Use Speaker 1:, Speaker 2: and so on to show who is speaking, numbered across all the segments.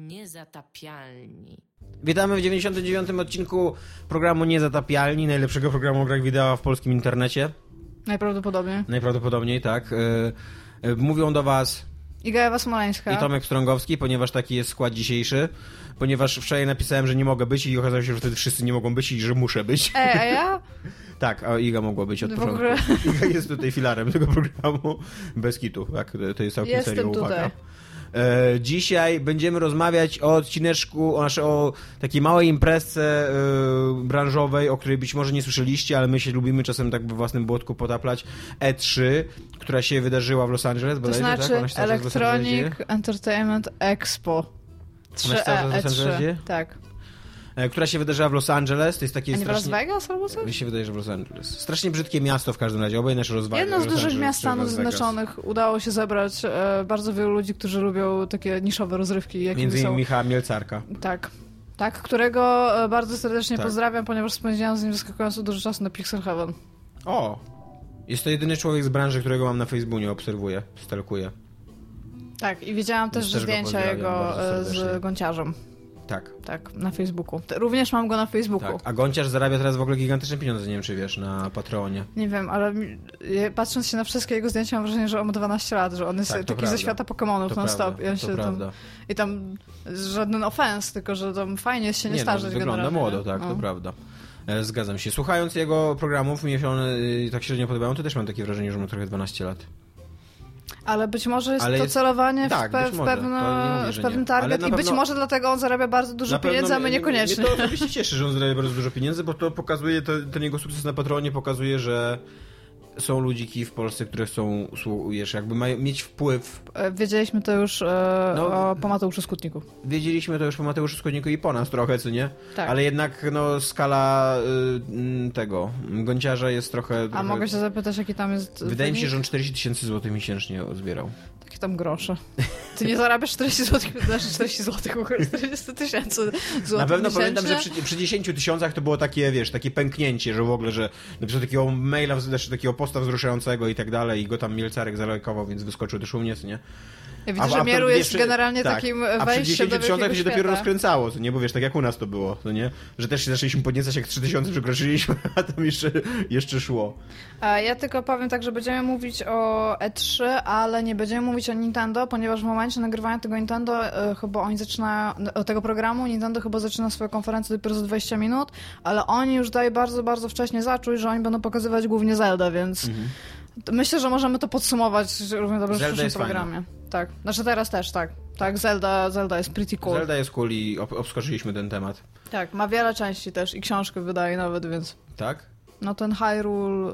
Speaker 1: Niezatapialni.
Speaker 2: Witamy w 99. odcinku programu Niezatapialni, najlepszego programu o grach wideo w polskim internecie. Najprawdopodobniej, tak. Mówią do was
Speaker 3: Iga Ewa Smoleńska
Speaker 2: i Tomek Strągowski, ponieważ taki jest skład dzisiejszy. Ponieważ wczoraj napisałem, że nie mogę być i okazało się, że wtedy wszyscy nie mogą być i że muszę być.
Speaker 3: A ja?
Speaker 2: Tak, a Iga mogła być od początku. Iga jest tutaj filarem tego programu. Bez kitu, tak, to jest całkiem serio, uwaga. Dzisiaj będziemy rozmawiać o odcineczku, o takiej małej imprezce branżowej, o której być może nie słyszeliście, ale my się lubimy czasem tak we własnym błotku potaplać. E3, która się wydarzyła w Los Angeles.
Speaker 3: To znaczy
Speaker 2: tak?
Speaker 3: Electronic Entertainment Expo.
Speaker 2: 3E3.
Speaker 3: Tak.
Speaker 2: Która się wydarzyła w Los Angeles. To jest takie
Speaker 3: w Las Vegas albo coś?
Speaker 2: Mi się wydaje, że w Los Angeles. Strasznie brzydkie miasto w każdym razie. Obie nasze rozważania.
Speaker 3: Jedno z dużych miast Stanów Zjednoczonych udało się zebrać bardzo wielu ludzi, którzy lubią takie niszowe rozrywki.
Speaker 2: Między innymi Michała Mielcarka.
Speaker 3: Tak, którego bardzo serdecznie pozdrawiam, ponieważ spędziłam z nim zaskakująco dużo czasu na Pixel Heaven.
Speaker 2: O! Jest to jedyny człowiek z branży, którego mam na Facebooku, obserwuję, stalkuję.
Speaker 3: Tak, i widziałam też zdjęcia jego z Gąciarzem. Tak, na Facebooku. Również mam go na Facebooku.
Speaker 2: Tak. A Gąciarz zarabia teraz w ogóle gigantyczne pieniądze, nie wiem czy wiesz, na Patreonie.
Speaker 3: Nie wiem, ale patrząc się na wszystkie jego zdjęcia mam wrażenie, że on ma 12 lat, że on jest taki ze świata Pokemonów non-stop. I tam żaden offense, tylko że tam fajnie jest się nie starzeć
Speaker 2: wygląda
Speaker 3: generalnie.
Speaker 2: młodo, tak, to prawda. Zgadzam się. Słuchając jego programów, mi się one tak średnio podobają, to też mam takie wrażenie, że ma trochę 12 lat.
Speaker 3: Ale być może jest to celowanie w pewien target i być może dlatego on zarabia bardzo dużo pieniędzy, a my niekoniecznie.
Speaker 2: Mnie to oczywiście cieszy, że on zarabia bardzo dużo pieniędzy, bo to pokazuje, ten jego sukces na Patronie pokazuje, że są ludziki w Polsce, które chcą, wiesz, jakby mają mieć wpływ.
Speaker 3: Wiedzieliśmy to już po Mateuszu Skutniku.
Speaker 2: Wiedzieliśmy to już po Mateuszu Skutniku i po nas trochę, co nie?
Speaker 3: Tak.
Speaker 2: Ale jednak skala tego Gąciarza jest trochę...
Speaker 3: A mogę się zapytać, jaki tam jest
Speaker 2: Wydaje mi się, że on 40 000 złotych miesięcznie zbierał.
Speaker 3: Takie tam grosze. Ty nie zarabiasz 40 zł, znaczy 40 zł, 40 000 złotych.
Speaker 2: Na pewno pamiętam, że przy 10 000 to było takie, wiesz, takie pęknięcie, że w ogóle, że na przykład takiego maila, znaczy takiego posta wzruszającego i tak dalej i go tam Mielcarek zalajkował, więc wyskoczył też u mnie, co nie?
Speaker 3: Ja widzę, że Mieru jest generalnie takim wejściem do wielkiego świata. A przy 10 000 to się dopiero rozkręcało, co nie? Bo wiesz, tak jak u nas to było, co nie? Że też się zaczęliśmy podniecać, jak 3000 przekroczyliśmy, a tam jeszcze szło. Ja tylko powiem tak, że będziemy mówić o E3, ale nie będziemy mówić o Nintendo, ponieważ w momencie nagrywania tego Nintendo, chyba oni zaczynają, tego programu, Nintendo chyba zaczyna swoją konferencję dopiero za 20 minut, ale oni już dają bardzo, bardzo wcześnie zaczuć, że oni będą pokazywać głównie Zelda, więc myślę, że możemy to podsumować równie dobrze w przyszłym programie. Fajna. Tak, znaczy teraz też, tak. Tak, Zelda jest pretty cool.
Speaker 2: Zelda jest cool i obskoczyliśmy ten temat.
Speaker 3: Tak, ma wiele części też i książkę wydaje nawet, więc...
Speaker 2: Tak?
Speaker 3: No ten Hyrule...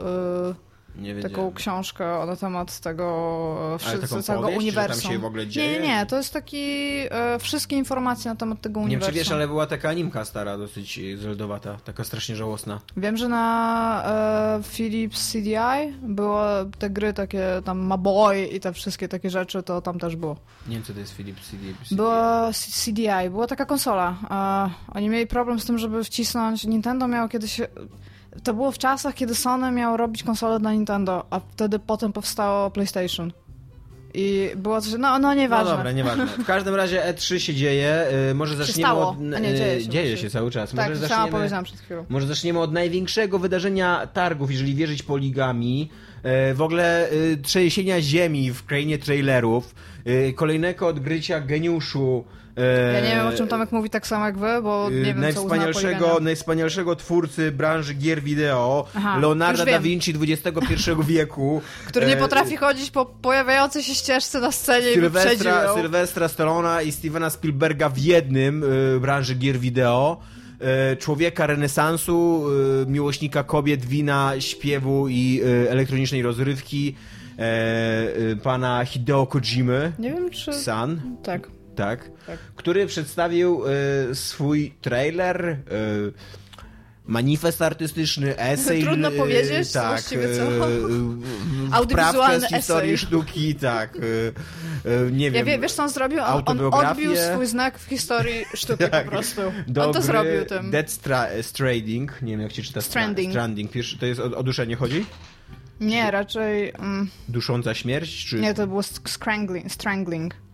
Speaker 3: taką książkę na temat tego całego uniwersum.
Speaker 2: Że tam się w ogóle dzieje?
Speaker 3: Nie, to jest taki wszystkie informacje na temat tego uniwersum.
Speaker 2: Nie wiem, czy wiesz, ale była taka animka stara, dosyć zeldowata, taka strasznie żałosna.
Speaker 3: Wiem, że na Philips CDI było te gry takie, tam Maboy i te wszystkie takie rzeczy, to tam też było.
Speaker 2: Nie wiem, co to jest Philips CDI.
Speaker 3: Było CDI, była taka konsola. Oni mieli problem z tym, żeby wcisnąć, Nintendo miało kiedyś... To było w czasach, kiedy Sony miało robić konsolę dla Nintendo, a wtedy potem powstało PlayStation. I było coś... No nieważne.
Speaker 2: No dobra, nieważne. W każdym razie E3 się dzieje. Może zaczniemy od... dzieje się cały czas.
Speaker 3: Tak, sama powiedziałam przed chwilą.
Speaker 2: Może zaczniemy od największego wydarzenia targów, jeżeli wierzyć Poligami. W ogóle trzęsienia ziemi w krainie trailerów. Kolejnego odgrycia geniuszu.
Speaker 3: Ja nie wiem, o czym Tomek mówi tak samo jak wy, bo nie wiem,
Speaker 2: najwspanialszego twórcy branży gier wideo, Leonarda da Vinci XXI wieku.
Speaker 3: Który nie potrafi chodzić po pojawiającej się ścieżce na scenie i wyprzedził ją.
Speaker 2: Sylwestra Stallona i Stevena Spielberga w jednym branży gier wideo. Człowieka renesansu, miłośnika kobiet, wina, śpiewu i elektronicznej rozrywki, pana Hideo Kojimy.
Speaker 3: Nie wiem, czy...
Speaker 2: San.
Speaker 3: Tak.
Speaker 2: Który przedstawił swój trailer, manifest artystyczny, esej.
Speaker 3: Trudno powiedzieć,
Speaker 2: tak,
Speaker 3: właściwie co?
Speaker 2: Audiowizualny z historii sztuki, tak. Nie wiem.
Speaker 3: Wiesz, co on zrobił? On odbił swój znak w historii sztuki po prostu. On to zrobił tym.
Speaker 2: Death Stranding, nie wiem jak się czyta. Stranding. To jest o duszenie chodzi?
Speaker 3: Nie, raczej...
Speaker 2: Dusząca śmierć? Czy...
Speaker 3: Nie, to było strangling.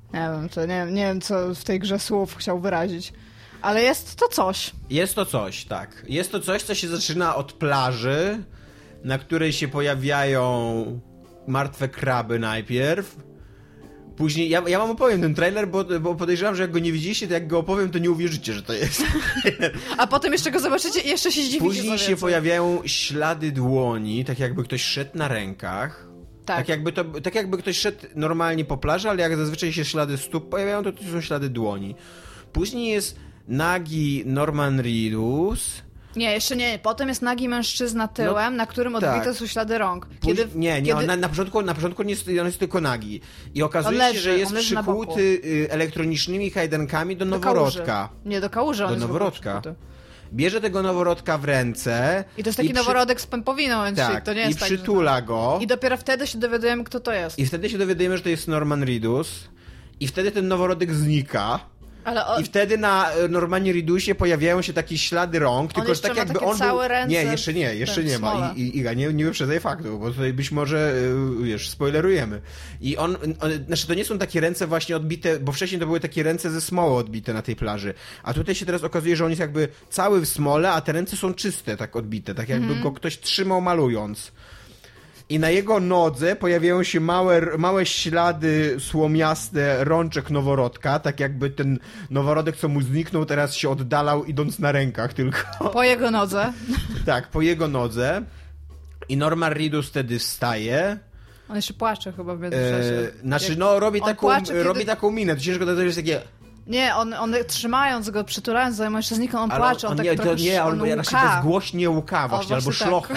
Speaker 1: Nie wiem, co w tej grze słów chciał wyrazić. Ale jest to coś.
Speaker 2: Jest to coś, tak. Jest to coś, co się zaczyna od plaży, na której się pojawiają martwe kraby najpierw. Później, ja wam opowiem ten trailer, bo podejrzewam, że jak go nie widzieliście, to jak go opowiem, to nie uwierzycie, że to jest.
Speaker 1: A potem jeszcze go zobaczycie i jeszcze się zdziwicie.
Speaker 2: Później się pojawiają ślady dłoni, tak jakby ktoś szedł na rękach. Tak. Tak jakby ktoś szedł normalnie po plaży, ale jak zazwyczaj się ślady stóp pojawiają, to są ślady dłoni. Później jest nagi Norman Reedus.
Speaker 1: Nie, jeszcze nie. Potem jest nagi mężczyzna tyłem, na którym odbite są ślady rąk.
Speaker 2: Na początku on jest tylko nagi. I okazuje się, że jest przykuty elektronicznymi kajdankami do noworodka.
Speaker 1: Nie, do kałuży.
Speaker 2: Do noworodka. Bierze tego noworodka w ręce.
Speaker 1: I to jest taki noworodek z pępowiną, więc to nie jest
Speaker 2: tak. I przytula go.
Speaker 1: I dopiero wtedy się dowiadujemy, kto to jest.
Speaker 2: I wtedy się dowiadujemy, że to jest Norman Reedus. I wtedy ten noworodek znika. I wtedy na Normanie Reedusie pojawiają się takie ślady rąk, tylko że tak jakby on był...
Speaker 1: Ręce
Speaker 2: jeszcze nie ma. Iga, nie wyprzedzaj faktu, bo tutaj być może, spoilerujemy. I znaczy to nie są takie ręce właśnie odbite, bo wcześniej to były takie ręce ze smoły odbite na tej plaży. A tutaj się teraz okazuje, że on jest jakby cały w smole, a te ręce są czyste, tak odbite, tak jakby go ktoś trzymał malując. I na jego nodze pojawiają się małe ślady słomiaste rączek noworodka, tak jakby ten noworodek, co mu zniknął, teraz się oddalał idąc na rękach tylko.
Speaker 1: Po jego nodze.
Speaker 2: Tak, po jego nodze. I Norman Reedus wtedy wstaje.
Speaker 1: On jeszcze płacze chyba w międzyczasie.
Speaker 2: Robi taką minę, to ciężko to jest takie...
Speaker 1: Nie, on trzymając go, przytulając za mężczyzniką, on płacze, on tak trochę
Speaker 2: on bezgłośnie łka właśnie, albo szlocha.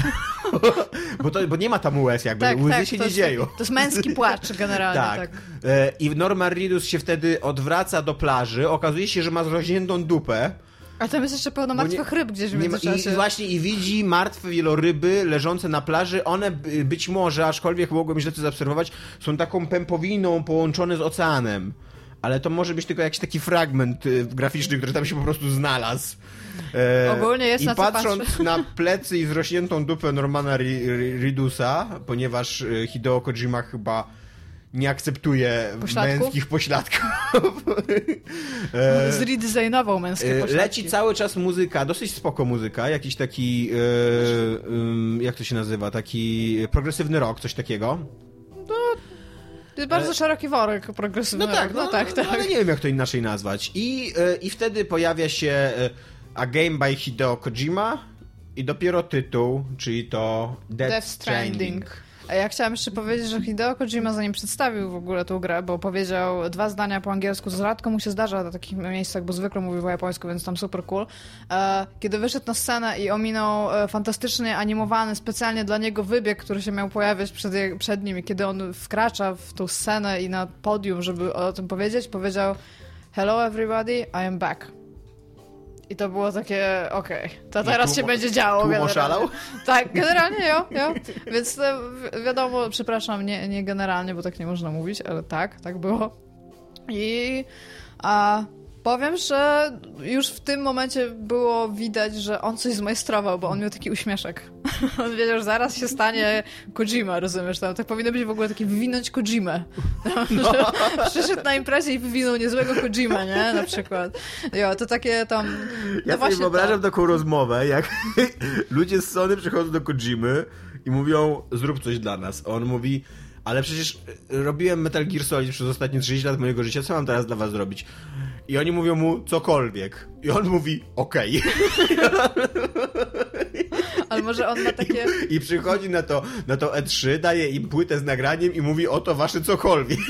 Speaker 2: bo nie ma tam łez jakby, łzy się nie dzieją.
Speaker 1: To jest męski płacz generalnie. Tak.
Speaker 2: I Norman Reedus się wtedy odwraca do plaży, okazuje się, że ma zrośniętą dupę.
Speaker 1: A tam jest jeszcze pełno martwych ryb gdzieś w międzyczasie.
Speaker 2: I widzi martwe wieloryby leżące na plaży. One być może, aczkolwiek mogłem źle to zaobserwować, są taką pępowiną połączone z oceanem. Ale to może być tylko jakiś taki fragment graficzny, który tam się po prostu znalazł.
Speaker 1: Ogólnie jest
Speaker 2: I patrząc na plecy i zrośniętą dupę Normana Reedusa, ponieważ Hideo Kojima chyba nie akceptuje męskich pośladków.
Speaker 1: Zredesignował męskie pośladki.
Speaker 2: Leci cały czas muzyka, dosyć spoko muzyka, jakiś taki, jak to się nazywa, taki progresywny rock, coś takiego.
Speaker 1: To jest bardzo szeroki worek progresywny.
Speaker 2: No tak. Ale nie wiem, jak to inaczej nazwać. I wtedy pojawia się A Game by Hideo Kojima i dopiero tytuł, czyli to Death Stranding.
Speaker 1: A ja chciałam jeszcze powiedzieć, że Hideo Kojima, zanim przedstawił w ogóle tą grę, bo powiedział 2 zdania po angielsku, co rzadko mu się zdarza na takich miejscach, bo zwykle mówi po japońsku, więc tam super cool. Kiedy wyszedł na scenę i ominął fantastycznie animowany, specjalnie dla niego wybieg, który się miał pojawiać przed nim, i kiedy on wkracza w tą scenę i na podium, żeby o tym powiedział "Hello everybody, I am back". I to było takie, okej, to teraz się będzie działo.
Speaker 2: Tłum oszalał?
Speaker 1: Tak, generalnie jo. Więc wiadomo, przepraszam, nie generalnie, bo tak nie można mówić, ale tak było. I powiem, że już w tym momencie było widać, że on coś zmajstrował, bo on miał taki uśmieszek. On wiedział, że zaraz się stanie Kojima, rozumiesz? Tam tak powinno być w ogóle takie wywinąć Kojimę. Przyszedł na imprezie i wywinął niezłego Kojima, nie? Na przykład. Jo, to takie tam...
Speaker 2: Ja sobie wyobrażam taką rozmowę, jak ludzie z Sony przychodzą do Kojimy i mówią, zrób coś dla nas. A on mówi, ale przecież robiłem Metal Gear Solid przez ostatnie 30 lat mojego życia, co mam teraz dla was zrobić? I oni mówią mu cokolwiek. I on mówi, okej.
Speaker 1: Ale może on ma takie...
Speaker 2: I przychodzi na to E3, daje im płytę z nagraniem i mówi, oto wasze cokolwiek.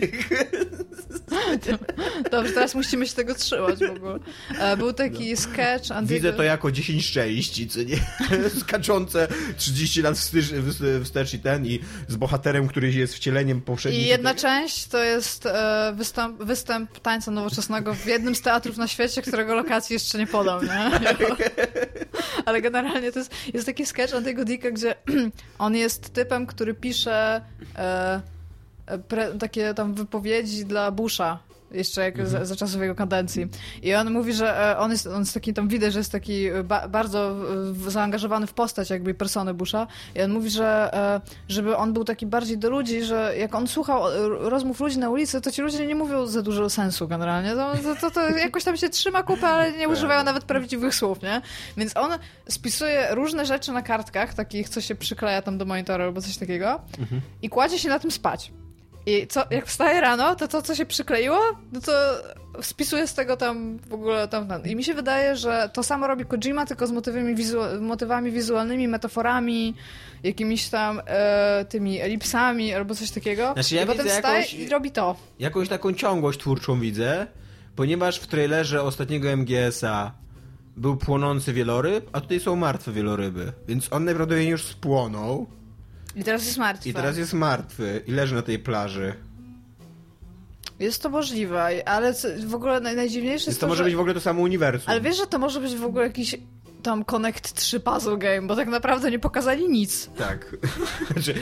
Speaker 1: Dobrze, teraz musimy się tego trzymać w ogóle. Był taki sketch...
Speaker 2: Widzę to jako 10 części, co nie? Skaczące 30 lat wstecz i z bohaterem, który jest wcieleniem poprzednim.
Speaker 1: I jedna część to jest występ tańca nowoczesnego w jednym z teatrów na świecie, którego lokacji jeszcze nie podał, nie? Ale generalnie to jest taki sketch Andy'ego Dicka, gdzie on jest typem, który pisze takie tam wypowiedzi dla Busha. jeszcze jak za czasów jego kadencji. I on mówi, że on jest taki, tam widać, że jest taki bardzo zaangażowany w postać jakby persony Busha. I on mówi, że żeby on był taki bardziej do ludzi, że jak on słuchał rozmów ludzi na ulicy, to ci ludzie nie mówią za dużo sensu generalnie. To jakoś tam się trzyma kupę, ale nie używają nawet prawdziwych słów, nie? Więc on spisuje różne rzeczy na kartkach, takich, co się przykleja tam do monitora albo coś takiego i kładzie się na tym spać. I jak wstaje rano, to co się przykleiło, no to spisuje z tego tam w ogóle tam. I mi się wydaje, że to samo robi Kojima, tylko z motywami wizualnymi, metaforami, jakimiś tam tymi elipsami albo coś takiego.
Speaker 2: Znaczy, ja
Speaker 1: i potem wstaje i robi to.
Speaker 2: Jakąś taką ciągłość twórczą widzę, ponieważ w trailerze ostatniego MGS-a był płonący wieloryb, a tutaj są martwe wieloryby. Więc on najprawdopodobniej już spłonął.
Speaker 1: I teraz jest martwy.
Speaker 2: I leży na tej plaży.
Speaker 1: Jest to możliwe, ale w ogóle najdziwniejsze jest
Speaker 2: to może być w ogóle to samo uniwersum.
Speaker 1: Ale wiesz, że to może być w ogóle jakiś tam Connect 3 puzzle game, bo tak naprawdę nie pokazali nic.
Speaker 2: Tak. Znaczy,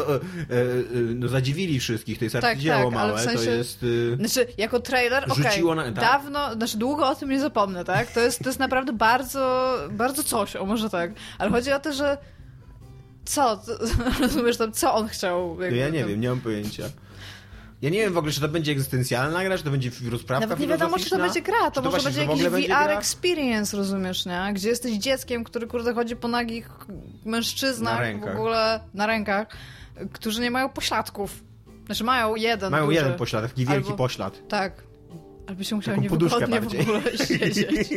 Speaker 2: zadziwili wszystkich, to jest arcydzieło małe, w sensie, to jest...
Speaker 1: Znaczy, jako trailer, długo o tym nie zapomnę, tak? To jest naprawdę bardzo, bardzo coś, może tak. Ale chodzi o to, że rozumiesz tam, co on chciał?
Speaker 2: Ja nie wiem, nie mam pojęcia. Ja nie wiem w ogóle, czy to będzie egzystencjalna gra, czy to będzie rozprawka
Speaker 1: nawet nie wiadomo, czy to będzie gra. To może będzie jakiś VR experience, rozumiesz, nie? Gdzie jesteś dzieckiem, który chodzi po nagich mężczyznach w ogóle na rękach, którzy nie mają pośladków. Znaczy mają jeden
Speaker 2: Mają
Speaker 1: duży.
Speaker 2: Jeden poślad, taki wielki poślad.
Speaker 1: Tak. Albo się musiał niewygodnie w ogóle siedzieć.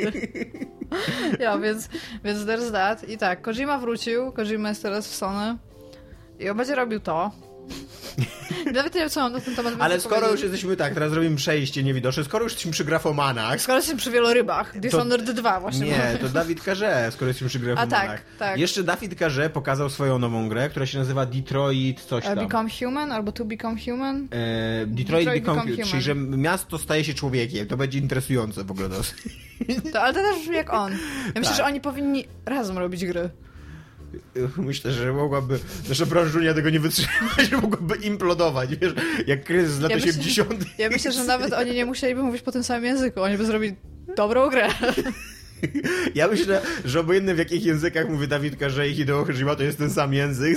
Speaker 1: Ja, więc there's that. I tak, Kojima wrócił, Kojima jest teraz w Sony i on będzie robił to. Nawet nie wiem, co mam na ten temat
Speaker 2: ale skoro już jesteśmy teraz robimy przejście niewidoczne, skoro już jesteśmy przy grafomanach...
Speaker 1: Skoro jesteśmy przy wielorybach, Dishonored 2 właśnie.
Speaker 2: Nie, to Dawid Carze, skoro jesteśmy przy grafomanach.
Speaker 1: Tak.
Speaker 2: Jeszcze Dawid Carze pokazał swoją nową grę, która się nazywa Detroit coś tam.
Speaker 1: Become Human albo To Become Human?
Speaker 2: Detroit Become Human, czyli że miasto staje się człowiekiem. To będzie interesujące w ogóle dosyć.
Speaker 1: Ale to też brzmi jak on. Ja myślę, że oni powinni razem robić gry.
Speaker 2: Myślę, że mogłaby nasza branżunia tego nie wytrzymać, że mogłaby implodować, wiesz, jak kryzys z lat 80.
Speaker 1: Ja myślę, że nawet oni nie musieliby mówić po tym samym języku, oni by zrobili dobrą grę.
Speaker 2: Ja myślę, że obojętnie w jakich językach mówi Dawid Carze i Hideo Kojima, to jest ten sam język.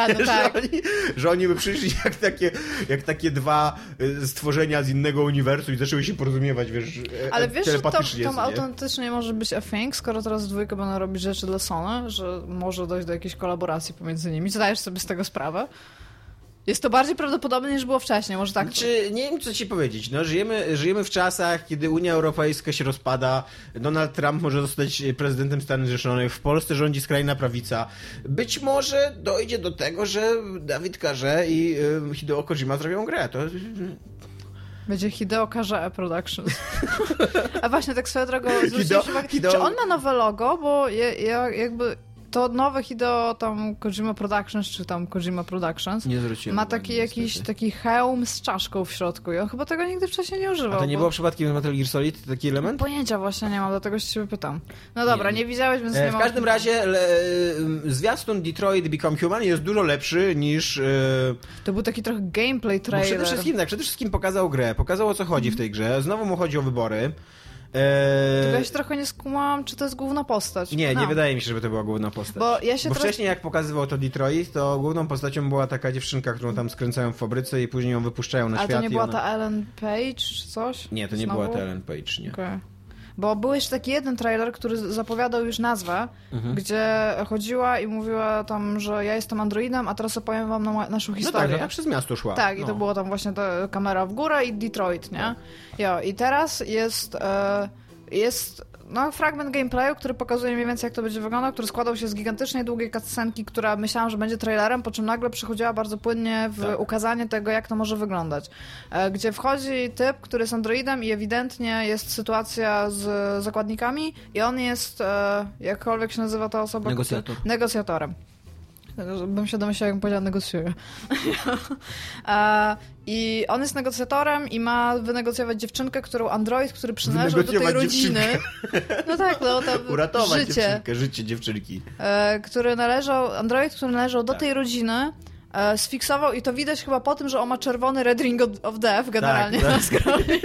Speaker 2: Że oni by przyszli jak takie dwa stworzenia z innego uniwersum i zaczęły się porozumiewać, wiesz,
Speaker 1: ale wiesz, że to autentycznie może być a thing, skoro teraz dwójkę będą robić rzeczy dla Sony, że może dojść do jakiejś kolaboracji pomiędzy nimi. Zdajesz sobie z tego sprawę? Jest to bardziej prawdopodobne niż było wcześniej, może tak?
Speaker 2: Nie wiem, co ci powiedzieć. No, żyjemy w czasach, kiedy Unia Europejska się rozpada, Donald Trump może zostać prezydentem Stanów Zjednoczonych, w Polsce rządzi skrajna prawica. Być może dojdzie do tego, że Dawid Carze i Hideo Kojima zrobią grę. To...
Speaker 1: Będzie Hideo Carze Productions. A właśnie, tak swoją drogą, czy on ma nowe logo? Bo ja jakby... To nowe Hideo tam Kojima Productions, czy tam Kojima Productions
Speaker 2: nie zwróciłem
Speaker 1: ma taki hełm z czaszką w środku i on chyba tego nigdy wcześniej nie używał.
Speaker 2: A to nie było przypadkiem z Metal Gear Solid taki element?
Speaker 1: Pojęcia właśnie nie mam, dlatego się ciebie pytam. No dobra, nie widziałeś, więc nie mam...
Speaker 2: W każdym razie zwiastun Detroit Become Human jest dużo lepszy niż...
Speaker 1: To był taki trochę gameplay trailer.
Speaker 2: Przede wszystkim pokazał grę, pokazał o co chodzi w tej grze. Znowu mu chodzi o wybory.
Speaker 1: Tylko ja się trochę nie skumałam, czy to jest główna postać.
Speaker 2: Nie wydaje mi się, żeby to była główna postać. Bo wcześniej jak pokazywał to Detroit, to główną postacią była taka dziewczynka, którą tam skręcają w fabryce i później ją wypuszczają na świat.
Speaker 1: Ale to nie była ta Ellen Page czy coś?
Speaker 2: Nie, to nie była ta Ellen Page, nie.
Speaker 1: Okay. Bo był jeszcze taki jeden trailer, który zapowiadał już nazwę, gdzie chodziła i mówiła tam, że ja jestem androidem, a teraz opowiem wam naszą historię.
Speaker 2: No tak, przez miasto szła.
Speaker 1: Tak, i to było tam właśnie ta kamera w górę i Detroit, nie? Tak. I teraz jest fragment gameplayu, który pokazuje mniej więcej, jak to będzie wyglądał, który składał się z gigantycznej, długiej cutscenki, która myślałam, że będzie trailerem, po czym nagle przechodziła bardzo płynnie w ukazanie tego, jak to może wyglądać. Gdzie wchodzi typ, który jest androidem i ewidentnie jest sytuacja z zakładnikami i on jest, jakkolwiek się nazywa ta osoba... Negocjatorem. Bym się domyślała, jakbym powiedziała negocjuje. I on jest negocjatorem i ma wynegocjować dziewczynkę, którą android, który przynależał do tej rodziny. No tak,
Speaker 2: uratować życie dziewczynki.
Speaker 1: Android, który należał do tej rodziny, sfiksował i to widać chyba po tym, że on ma czerwony Red Ring of Death generalnie na scrollie.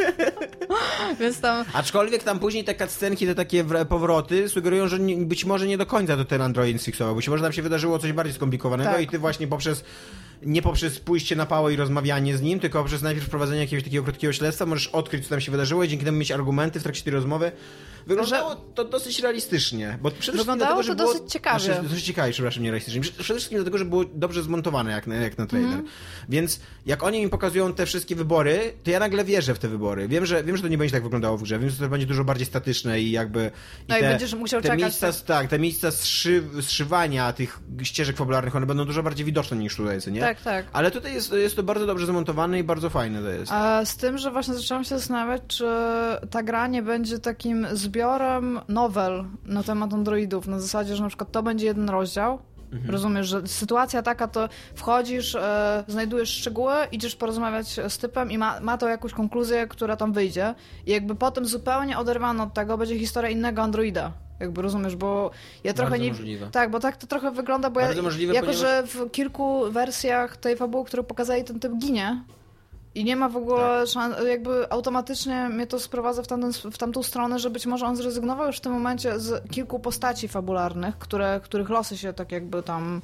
Speaker 1: Więc tam...
Speaker 2: Aczkolwiek tam później te cutscenki, te takie powroty sugerują, że być może nie do końca to ten Android sfiksował, bo może tam się wydarzyło coś bardziej skomplikowanego i ty właśnie nie poprzez pójście na pałę i rozmawianie z nim, tylko poprzez najpierw prowadzenie jakiegoś takiego krótkiego śledztwa możesz odkryć, co tam się wydarzyło i dzięki temu mieć argumenty w trakcie tej rozmowy. Wyglądało to dosyć realistycznie. Bo przede
Speaker 1: wyglądało to dosyć ciekawie.
Speaker 2: Dosyć ciekawie, przepraszam, nie realistycznie. Przede wszystkim dlatego, że było dobrze zmontowane jak na trailer. Więc jak oni mi pokazują te wszystkie wybory, to ja nagle wierzę w te wybory. Wiem, że to nie będzie tak wyglądało w grze. Wiem, że to będzie dużo bardziej statyczne i jakby...
Speaker 1: I będziesz musiał czekać.
Speaker 2: Miejsca, te miejsca zszywania tych ścieżek fabularnych, one będą dużo bardziej widoczne niż tutaj, co nie?
Speaker 1: Tak.
Speaker 2: Ale tutaj jest to bardzo dobrze zamontowane i bardzo fajne to jest.
Speaker 1: A z tym, że właśnie zaczęłam się zastanawiać, czy ta gra nie będzie takim zbiorem nowel na temat androidów, na zasadzie, że na przykład to będzie jeden rozdział. Rozumiesz, że sytuacja taka, to wchodzisz, znajdujesz szczegóły, idziesz porozmawiać z typem i ma to jakąś konkluzję, która tam wyjdzie i jakby potem zupełnie oderwano od tego będzie historia innego androida. Jakby rozumiesz, bo ja trochę
Speaker 2: bardzo
Speaker 1: nie...
Speaker 2: Możliwe.
Speaker 1: Tak, bo tak to trochę wygląda, bo
Speaker 2: bardzo możliwe,
Speaker 1: jako że w kilku wersjach tej fabuły, które pokazali, ten typ ginie i nie ma w ogóle jakby automatycznie mnie to sprowadza w tamtą stronę, że być może on zrezygnował już w tym momencie z kilku postaci fabularnych, których losy się tak jakby tam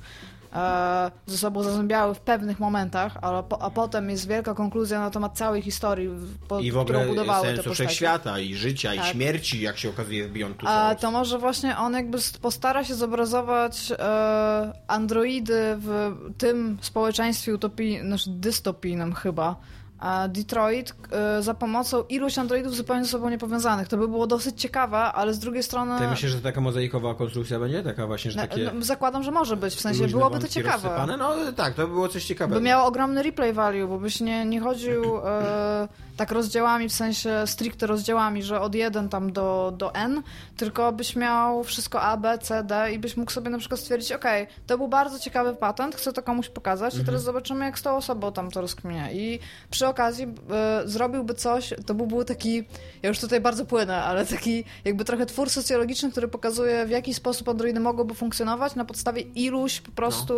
Speaker 1: ze sobą zazębiały w pewnych momentach, a potem jest wielka konkluzja na temat całej historii,
Speaker 2: i w ogóle
Speaker 1: którą budowały te
Speaker 2: sensu
Speaker 1: postaci.
Speaker 2: Wszechświata i życia, i śmierci, jak się okazuje w Beyond Two Souls.
Speaker 1: A to może właśnie on jakby postara się zobrazować androidy w tym społeczeństwie dystopijnym chyba, Detroit za pomocą iluś androidów zupełnie ze sobą niepowiązanych. To by było dosyć ciekawe, ale z drugiej strony...
Speaker 2: To myślisz, że taka mozaikowa konstrukcja będzie? Taka właśnie, że takie...
Speaker 1: Zakładam, że może być, w sensie byłoby to ciekawe.
Speaker 2: Rozsypane? No tak, to by było coś ciekawego.
Speaker 1: By miało ogromny replay value, bo byś nie chodził tak rozdziałami, w sensie stricte rozdziałami, że od 1 tam do N, tylko byś miał wszystko A, B, C, D i byś mógł sobie na przykład stwierdzić, okej, to był bardzo ciekawy patent, chcę to komuś pokazać i teraz zobaczymy, jak z tą osobą tam to rozkminie. I przy okazji zrobiłby coś, to by był taki, ja już tutaj bardzo płynę, ale taki jakby trochę twór socjologiczny, który pokazuje, w jaki sposób androidy mogłyby funkcjonować na podstawie iluś po prostu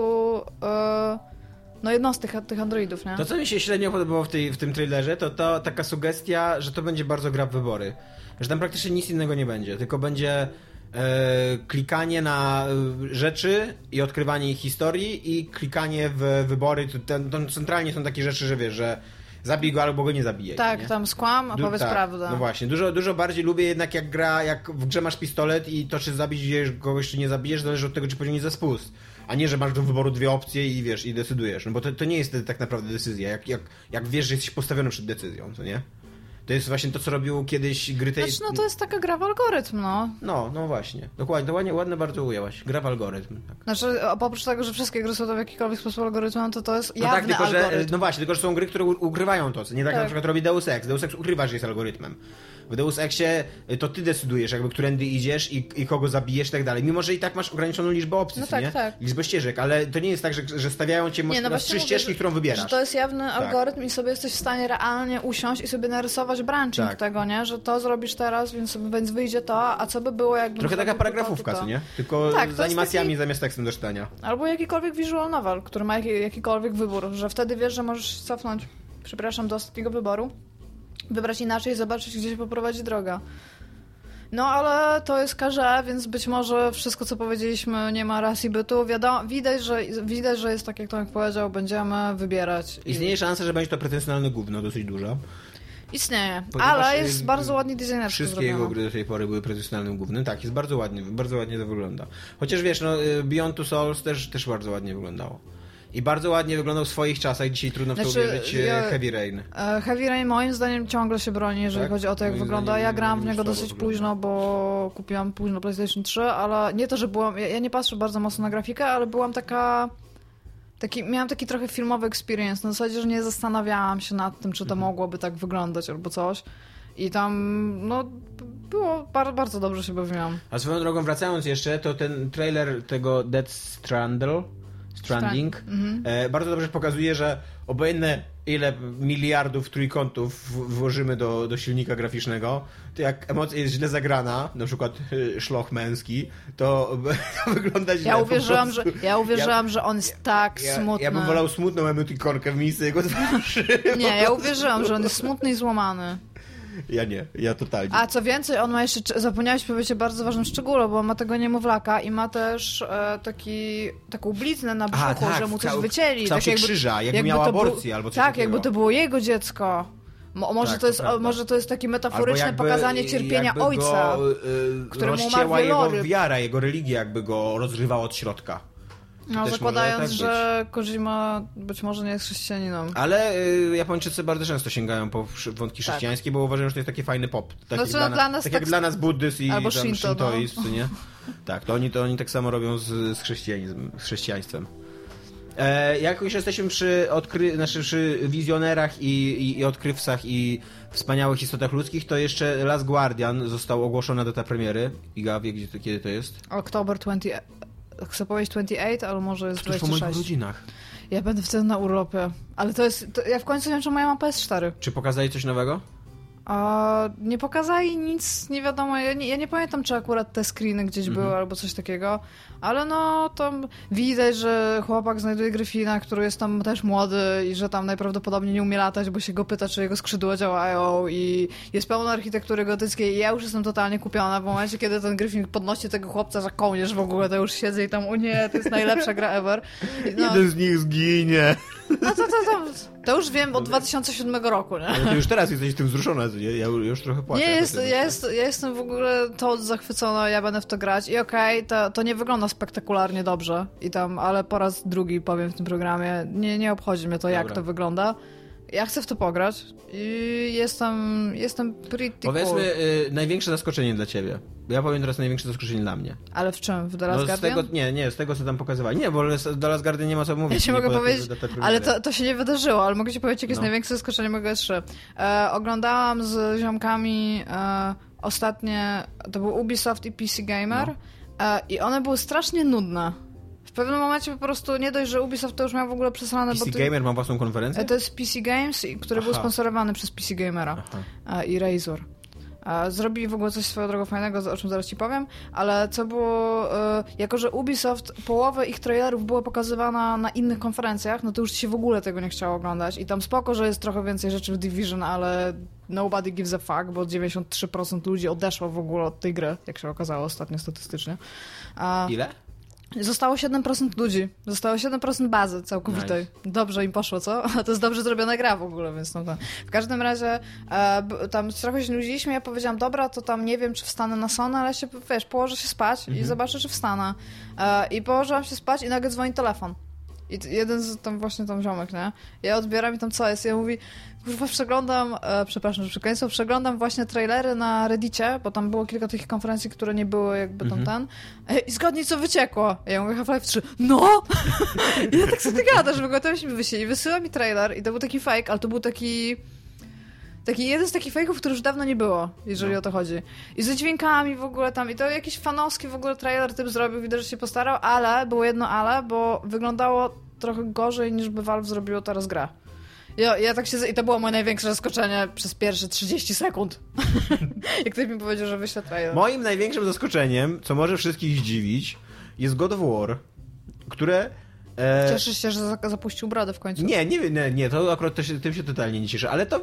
Speaker 1: jednostek tych androidów, nie?
Speaker 2: To, co mi się średnio podobało w tym trailerze, to taka sugestia, że to będzie bardzo gra w wybory. Że tam praktycznie nic innego nie będzie, tylko będzie klikanie na rzeczy i odkrywanie ich historii i klikanie w wybory. To centralnie są takie rzeczy, że wiesz, że zabij go albo go nie zabijaj.
Speaker 1: Tak,
Speaker 2: nie?
Speaker 1: tam skłam, a powiedz prawdę.
Speaker 2: No właśnie, dużo bardziej lubię jednak jak w grze masz pistolet i to, czy zabijesz kogoś, czy nie zabijesz, zależy od tego, czy pociągnie za spust. A nie, że masz do wyboru dwie opcje i wiesz, i decydujesz. No bo to nie jest wtedy tak naprawdę decyzja. Jak wiesz, że jesteś postawiony przed decyzją, co nie? To jest właśnie to, co robił kiedyś gry tej...
Speaker 1: Znaczy, to jest taka gra w algorytm,
Speaker 2: No właśnie. Dokładnie, ładnie bardzo ujęłaś. Gra w algorytm. Tak.
Speaker 1: Znaczy, oprócz tego, że wszystkie gry są w jakikolwiek sposób algorytmem, to jest jawny
Speaker 2: tylko,
Speaker 1: algorytm.
Speaker 2: No właśnie, tylko że są gry, które ukrywają to, co nie tak, na przykład robi Deus Ex. Deus Ex ukrywa, że jest algorytmem. W Deus Exie to ty decydujesz, jakby którędy idziesz i kogo zabijesz i tak dalej. Mimo, że i tak masz ograniczoną liczbę opcji, nie?
Speaker 1: Tak.
Speaker 2: Liczbę ścieżek, ale to nie jest tak, że stawiają cię na 3 ścieżki, którą wybierasz.
Speaker 1: Że to jest jawny algorytm i sobie jesteś w stanie realnie usiąść i sobie narysować branching tego, nie? Że to zrobisz teraz, więc wyjdzie to, a co by było, jakby...
Speaker 2: Trochę taka paragrafówka, co nie? Tylko z animacjami zamiast tekstem do czytania.
Speaker 1: Albo jakikolwiek visual novel, który ma jakikolwiek wybór, że wtedy wiesz, że możesz cofnąć, do ostatniego wyboru, wybrać inaczej i zobaczyć, gdzie się poprowadzi droga. No, ale to jest KZ, więc być może wszystko, co powiedzieliśmy, nie ma racji bytu. Widać, że jest tak, jak Tomek powiedział, będziemy wybierać.
Speaker 2: Istnieje szansa, że będzie to pretensjonalne gówno, dosyć dużo.
Speaker 1: Istnieje, ale jest bardzo ładnie designersko
Speaker 2: Wszystkie jego gry do tej pory były pretensjonalnym głównym. Tak, jest bardzo ładnie to wygląda. Chociaż wiesz, Beyond Two Souls też bardzo ładnie wyglądało. I bardzo ładnie wyglądał w swoich czasach. Dzisiaj trudno w to uwierzyć. Heavy Rain.
Speaker 1: Heavy Rain moim zdaniem ciągle się broni, jeżeli chodzi o to, jak wygląda. Ja grałam w niego dosyć późno, bo kupiłam późno PlayStation 3, ale nie to, że byłam... Ja nie patrzę bardzo mocno na grafikę, ale byłam miałam taki trochę filmowy experience, na zasadzie, że nie zastanawiałam się nad tym, czy to mogłoby tak wyglądać albo coś. I tam, było bardzo dobrze się bawiłam.
Speaker 2: A swoją drogą, wracając jeszcze, to ten trailer tego Death Stranding Stranding. Bardzo dobrze pokazuje, że obojętne ile miliardów trójkątów włożymy do silnika graficznego, to jak emocja jest źle zagrana, na przykład szloch męski, to wygląda źle.
Speaker 1: Ja uwierzyłam, że on jest tak smutny.
Speaker 2: Ja bym wolał smutną emotikonkę w miejscu jego twarzy.
Speaker 1: Nie, ja uwierzyłam, że on jest smutny i złamany.
Speaker 2: Ja nie, ja totalnie.
Speaker 1: A co więcej, on ma jeszcze, zapomniałeś powiedzieć o bardzo ważnym szczególe, bo on ma tego niemowlaka i ma też taką bliznę na brzuchu, że mu coś wycięli.
Speaker 2: Kształt tak krzyża, jakby miał aborcję albo coś
Speaker 1: tak,
Speaker 2: takiego.
Speaker 1: jakby to było jego dziecko. Może to jest takie metaforyczne pokazanie cierpienia ojca, któremu umarł
Speaker 2: jego wiara, jego religia jakby go rozrywała od środka.
Speaker 1: No, zakładając, tak że Kojima być może nie jest chrześcijaninem.
Speaker 2: Ale Japończycy bardzo często sięgają po wątki chrześcijańskie, bo uważają, że to jest taki fajny pop. Tak jak dla nas buddyzm i tam shintoizm, no. Nie? Tak, to oni tak samo robią z chrześcijaństwem. Jak już jesteśmy przy wizjonerach i odkrywcach i wspaniałych istotach ludzkich, to jeszcze Last Guardian został ogłoszona data premiery. Iga wie, kiedy to jest?
Speaker 1: Oktober 20... Chcę powiedzieć 28, ale może jest 26.
Speaker 2: To w moich godzinach.
Speaker 1: Ja będę wtedy na urlopie. Ale ja w końcu wiem, czemu ja mam PS4.
Speaker 2: Czy pokazali coś nowego?
Speaker 1: Nie pokazali nic, nie wiadomo. Ja nie pamiętam, czy akurat te screeny gdzieś były albo coś takiego, ale no to widać, że chłopak znajduje Gryfina, który jest tam też młody i że tam najprawdopodobniej nie umie latać, bo się go pyta, czy jego skrzydła działają i jest pełno architektury gotyckiej i ja już jestem totalnie kupiona w momencie, kiedy ten Gryfin podnosi tego chłopca za kołnierz w ogóle, to już siedzę i tam, o nie, to jest najlepsza gra ever.
Speaker 2: Jeden z nich zginie.
Speaker 1: No to już wiem od 2007 roku, nie?
Speaker 2: Ale ty już teraz jesteś tym wzruszona, ja już trochę płaczę.
Speaker 1: Ja jestem w ogóle zachwycona, ja będę w to grać i to nie wygląda spektakularnie dobrze, ale po raz drugi powiem w tym programie, nie obchodzi mnie to, jak to wygląda. Ja chcę w to pograć i jestem pretty
Speaker 2: Powiedzmy, największe zaskoczenie dla ciebie. Ja powiem teraz największe zaskoczenie dla mnie.
Speaker 1: Ale w czym? W The Last Guardian?
Speaker 2: Nie, z tego, co tam pokazywali. Nie, bo The Last Guardian nie ma co mówić.
Speaker 1: Ja się mogę powiedzieć, ale to się nie wydarzyło, ale mogę ci powiedzieć, jakie jest największe zaskoczenie mojego E3. Oglądałam z ziomkami ostatnie, to był Ubisoft i PC Gamer i one były strasznie nudne. W pewnym momencie po prostu nie dość, że Ubisoft to już miał w ogóle przesrane,
Speaker 2: PC Gamer ma własną konferencję?
Speaker 1: To jest PC Games, który był sponsorowany przez PC Gamera i Razer. Zrobili w ogóle coś swoją drogą fajnego, o czym zaraz ci powiem, ale co było, jako że Ubisoft, połowę ich trailerów była pokazywana na innych konferencjach, no to już ci się w ogóle tego nie chciało oglądać i tam spoko, że jest trochę więcej rzeczy w Division, ale nobody gives a fuck, bo 93% ludzi odeszło w ogóle od tej gry, jak się okazało ostatnio statystycznie.
Speaker 2: Ile?
Speaker 1: Zostało 7% ludzi. Zostało 7% bazy całkowitej. Nice. Dobrze im poszło, co? To jest dobrze zrobiona gra w ogóle, więc no to... W każdym razie tam trochę się nudziliśmy, ja powiedziałam, dobra, to tam nie wiem, czy wstanę na Sony, ale się, położę się spać i zobaczę, czy wstanę. I położyłam się spać i nagle dzwoni telefon. I jeden z tam właśnie tam ziomek, nie? Ja odbieram i tam co jest? Ja mówi, kurwa, przeglądam właśnie trailery na Reddicie, bo tam było kilka takich konferencji, które nie były jakby tam i zgodnie co wyciekło. Ja mówię Half-Life 3, no! I ja tak sobie gadasz, w ogóle to mi wysyła mi trailer i to był taki fake, ale to był taki jeden z takich fejków, który już dawno nie było, jeżeli o to chodzi. I ze dźwiękami w ogóle tam, i to jakiś fanowski w ogóle trailer typ zrobił, widać, że się postarał, ale, było jedno ale, bo wyglądało trochę gorzej niż by Valve zrobiło teraz grę. Ja tak siedzę i to było moje największe zaskoczenie przez pierwsze 30 sekund. Jak ktoś mi powiedział, że wyślę trailer.
Speaker 2: Moim największym zaskoczeniem, co może wszystkich zdziwić, jest God of War, które...
Speaker 1: Cieszysz się, że zapuścił brodę w końcu?
Speaker 2: Nie, to akurat tym się totalnie nie cieszę, ale